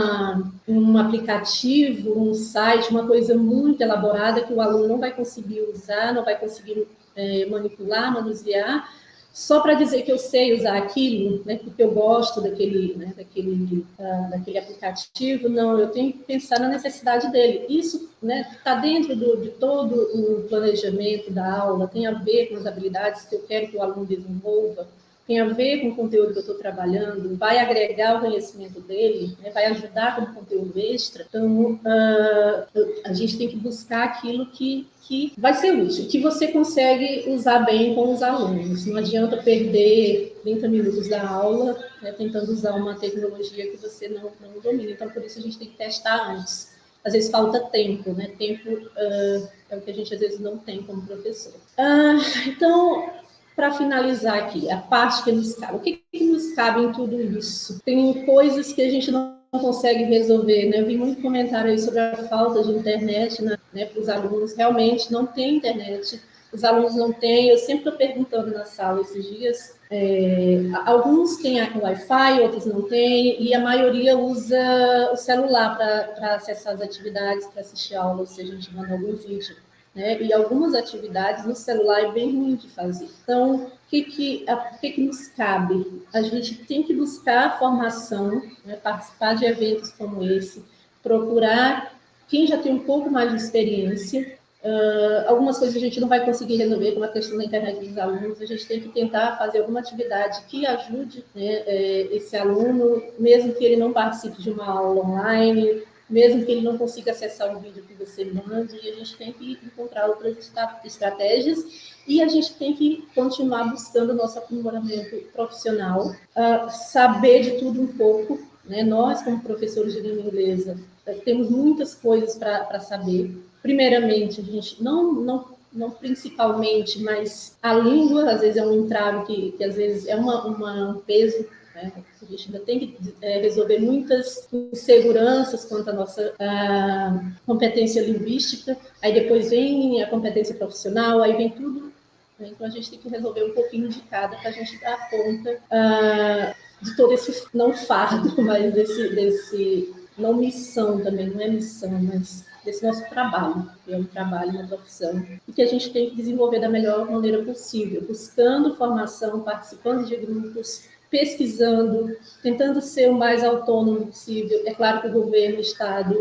um aplicativo, um site, uma coisa muito elaborada que o aluno não vai conseguir usar, não vai conseguir manipular, manusear, só para dizer que eu sei usar aquilo, né, porque eu gosto daquele aplicativo. Não, eu tenho que pensar na necessidade dele. Isso está dentro de todo o planejamento da aula, tem a ver com as habilidades que eu quero que o aluno desenvolva, tem a ver com o conteúdo que eu estou trabalhando, vai agregar o conhecimento dele, né, vai ajudar como conteúdo extra. Então, a gente tem que buscar aquilo que vai ser útil, que você consegue usar bem com os alunos. Não adianta perder 30 minutos da aula, né, tentando usar uma tecnologia que você não domina. Então, por isso a gente tem que testar antes. Às vezes falta tempo, né? Tempo é o que a gente às vezes não tem como professor. Então, para finalizar aqui, a parte que nos cabe. O que nos cabe em tudo isso? Tem coisas que a gente não consegue resolver, né? Eu vi muito comentário aí sobre a falta de internet, né, para os alunos. Realmente não tem internet, os alunos não têm. Eu sempre estou perguntando na sala esses dias. Alguns têm Wi-Fi, outros não têm, e a maioria usa o celular para acessar as atividades, para assistir a aula, se a gente manda algum vídeo. Né? E algumas atividades no celular é bem ruim de fazer. Então, o que nos cabe? A gente tem que buscar formação, né? Participar de eventos como esse, procurar quem já tem um pouco mais de experiência. Algumas coisas a gente não vai conseguir resolver, como a questão da internet dos alunos. A gente tem que tentar fazer alguma atividade que ajude, né, esse aluno, mesmo que ele não participe de uma aula online, mesmo que ele não consiga acessar um vídeo que você mande. E a gente tem que encontrar outras estratégias e a gente tem que continuar buscando o nosso aprimoramento profissional, saber de tudo um pouco, né? Nós, como professores de língua inglesa, temos muitas coisas para saber. Primeiramente, a gente não principalmente, mas a língua, às vezes, é um entrave que às vezes, é um peso, né? A gente ainda tem que resolver muitas inseguranças quanto à nossa competência linguística. Aí depois vem a competência profissional, aí vem tudo. Né? Então, a gente tem que resolver um pouquinho de cada para a gente dar conta de todo esse, não fardo, mas desse não missão também, não é missão, mas desse nosso trabalho, que é um trabalho, uma profissão, e que a gente tem que desenvolver da melhor maneira possível, buscando formação, participando de grupos, pesquisando, tentando ser o mais autônomo possível. É claro que o governo, o Estado,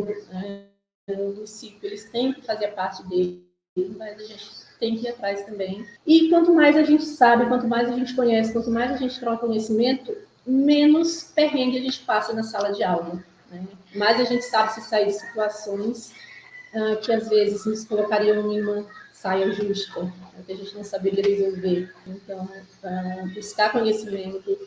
o município, eles têm que fazer a parte deles, mas a gente tem que ir atrás também. E quanto mais a gente sabe, quanto mais a gente conhece, quanto mais a gente troca conhecimento, menos perrengue a gente passa na sala de aula. Né? Mais a gente sabe se sair de situações que às vezes nos colocariam em uma saia justa, que a gente não saberia resolver. Então, buscar conhecimento,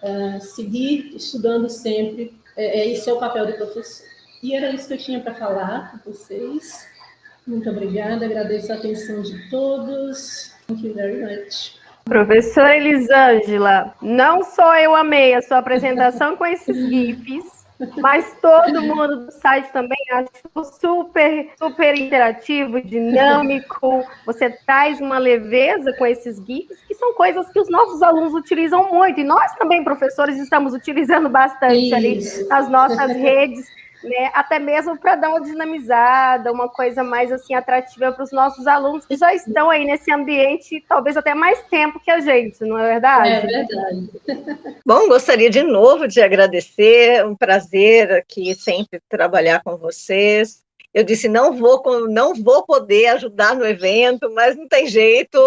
seguir estudando sempre, esse é o papel do professor. E era isso que eu tinha para falar com vocês. Muito obrigada, agradeço a atenção de todos. Thank you very much. Professora Elisângela, não só eu amei a sua apresentação com esses GIFs, mas todo mundo do site também achou super, super interativo, dinâmico. Você traz uma leveza com esses GIFs, que são coisas que os nossos alunos utilizam muito. E nós também, professores, estamos utilizando bastante ali nas nossas redes, né? Até mesmo para dar uma dinamizada, uma coisa mais assim atrativa para os nossos alunos que já estão aí nesse ambiente, talvez até mais tempo que a gente, não é verdade? É verdade. Bom, gostaria de novo de agradecer, um prazer aqui sempre trabalhar com vocês. Eu disse, não vou poder ajudar no evento, mas não tem jeito,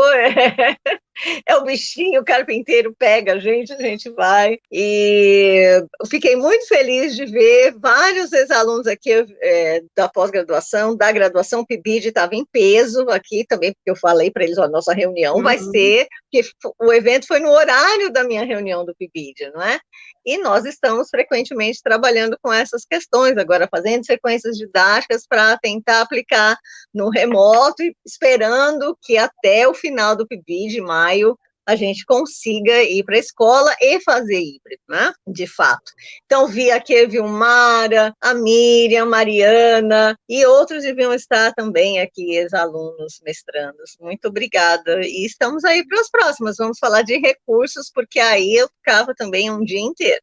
é o bichinho, o carpinteiro pega a gente vai. E eu fiquei muito feliz de ver vários ex-alunos aqui da pós-graduação, da graduação. O PIBID estava em peso aqui também, porque eu falei para eles, a nossa reunião vai ser, porque o evento foi no horário da minha reunião do PIBID, não é? E nós estamos frequentemente trabalhando com essas questões, agora fazendo sequências didáticas para tentar aplicar no remoto e esperando que até o final do PIBID, de maio, a gente consiga ir para a escola e fazer híbrido, né? De fato. Então, vi aqui a Vilmara, a Miriam, Mariana, e outros deviam estar também aqui, ex-alunos, mestrandos. Muito obrigada. E estamos aí para as próximas. Vamos falar de recursos, porque aí eu ficava também um dia inteiro.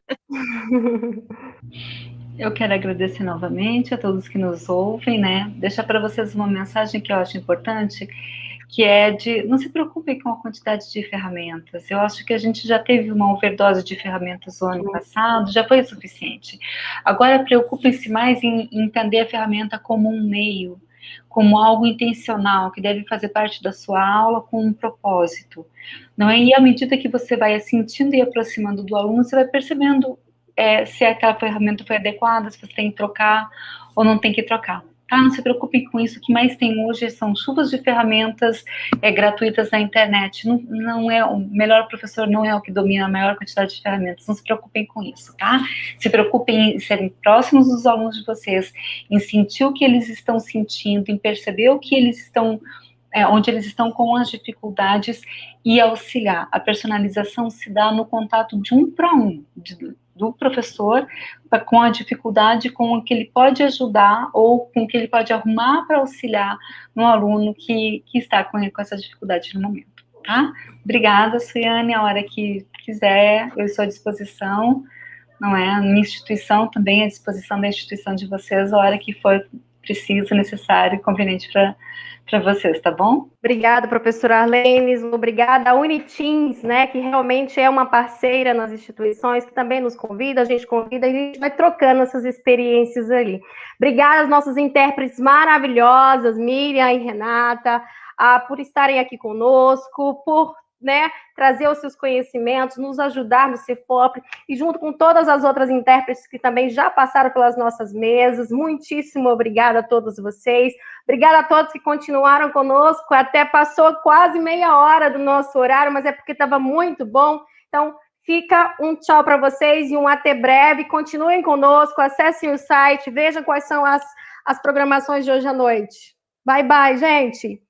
Eu quero agradecer novamente a todos que nos ouvem, né? Deixar para vocês uma mensagem que eu acho importante, que é de não se preocupem com a quantidade de ferramentas. Eu acho que a gente já teve uma overdose de ferramentas no ano passado, já foi o suficiente. Agora preocupem-se mais em entender a ferramenta como um meio, como algo intencional, que deve fazer parte da sua aula com um propósito. Não é? E à medida que você vai sentindo e aproximando do aluno, você vai percebendo se aquela ferramenta foi adequada, se você tem que trocar ou não tem que trocar. Tá? Não se preocupem com isso. O que mais tem hoje são chuvas de ferramentas gratuitas na internet. Não é o melhor professor, não é o que domina a maior quantidade de ferramentas. Não se preocupem com isso, tá? Se preocupem em serem próximos dos alunos de vocês, em sentir o que eles estão sentindo, em perceber o que eles estão, onde eles estão com as dificuldades e auxiliar. A personalização se dá no contato de um para um, do professor com a dificuldade, com o que ele pode ajudar ou com o que ele pode arrumar para auxiliar no aluno que está com essa dificuldade no momento, tá? Obrigada, Suiane, a hora que quiser, eu estou à disposição, não é? A minha instituição também à disposição da instituição de vocês, a hora que for preciso, necessário e conveniente para vocês, tá bom? Obrigada, professora Arlenes, obrigada à Uniteams, né, que realmente é uma parceira nas instituições, que também nos convida, a gente vai trocando essas experiências ali. Obrigada às nossas intérpretes maravilhosas, Miriam e Renata, por estarem aqui conosco, por trazer os seus conhecimentos, nos ajudar no CEFOP, e junto com todas as outras intérpretes que também já passaram pelas nossas mesas. Muitíssimo obrigada a todos vocês. Obrigada a todos que continuaram conosco, até passou quase meia hora do nosso horário, mas é porque estava muito bom. Então, fica um tchau para vocês e um até breve. Continuem conosco, acessem o site, vejam quais são as programações de hoje à noite. Bye, bye, gente!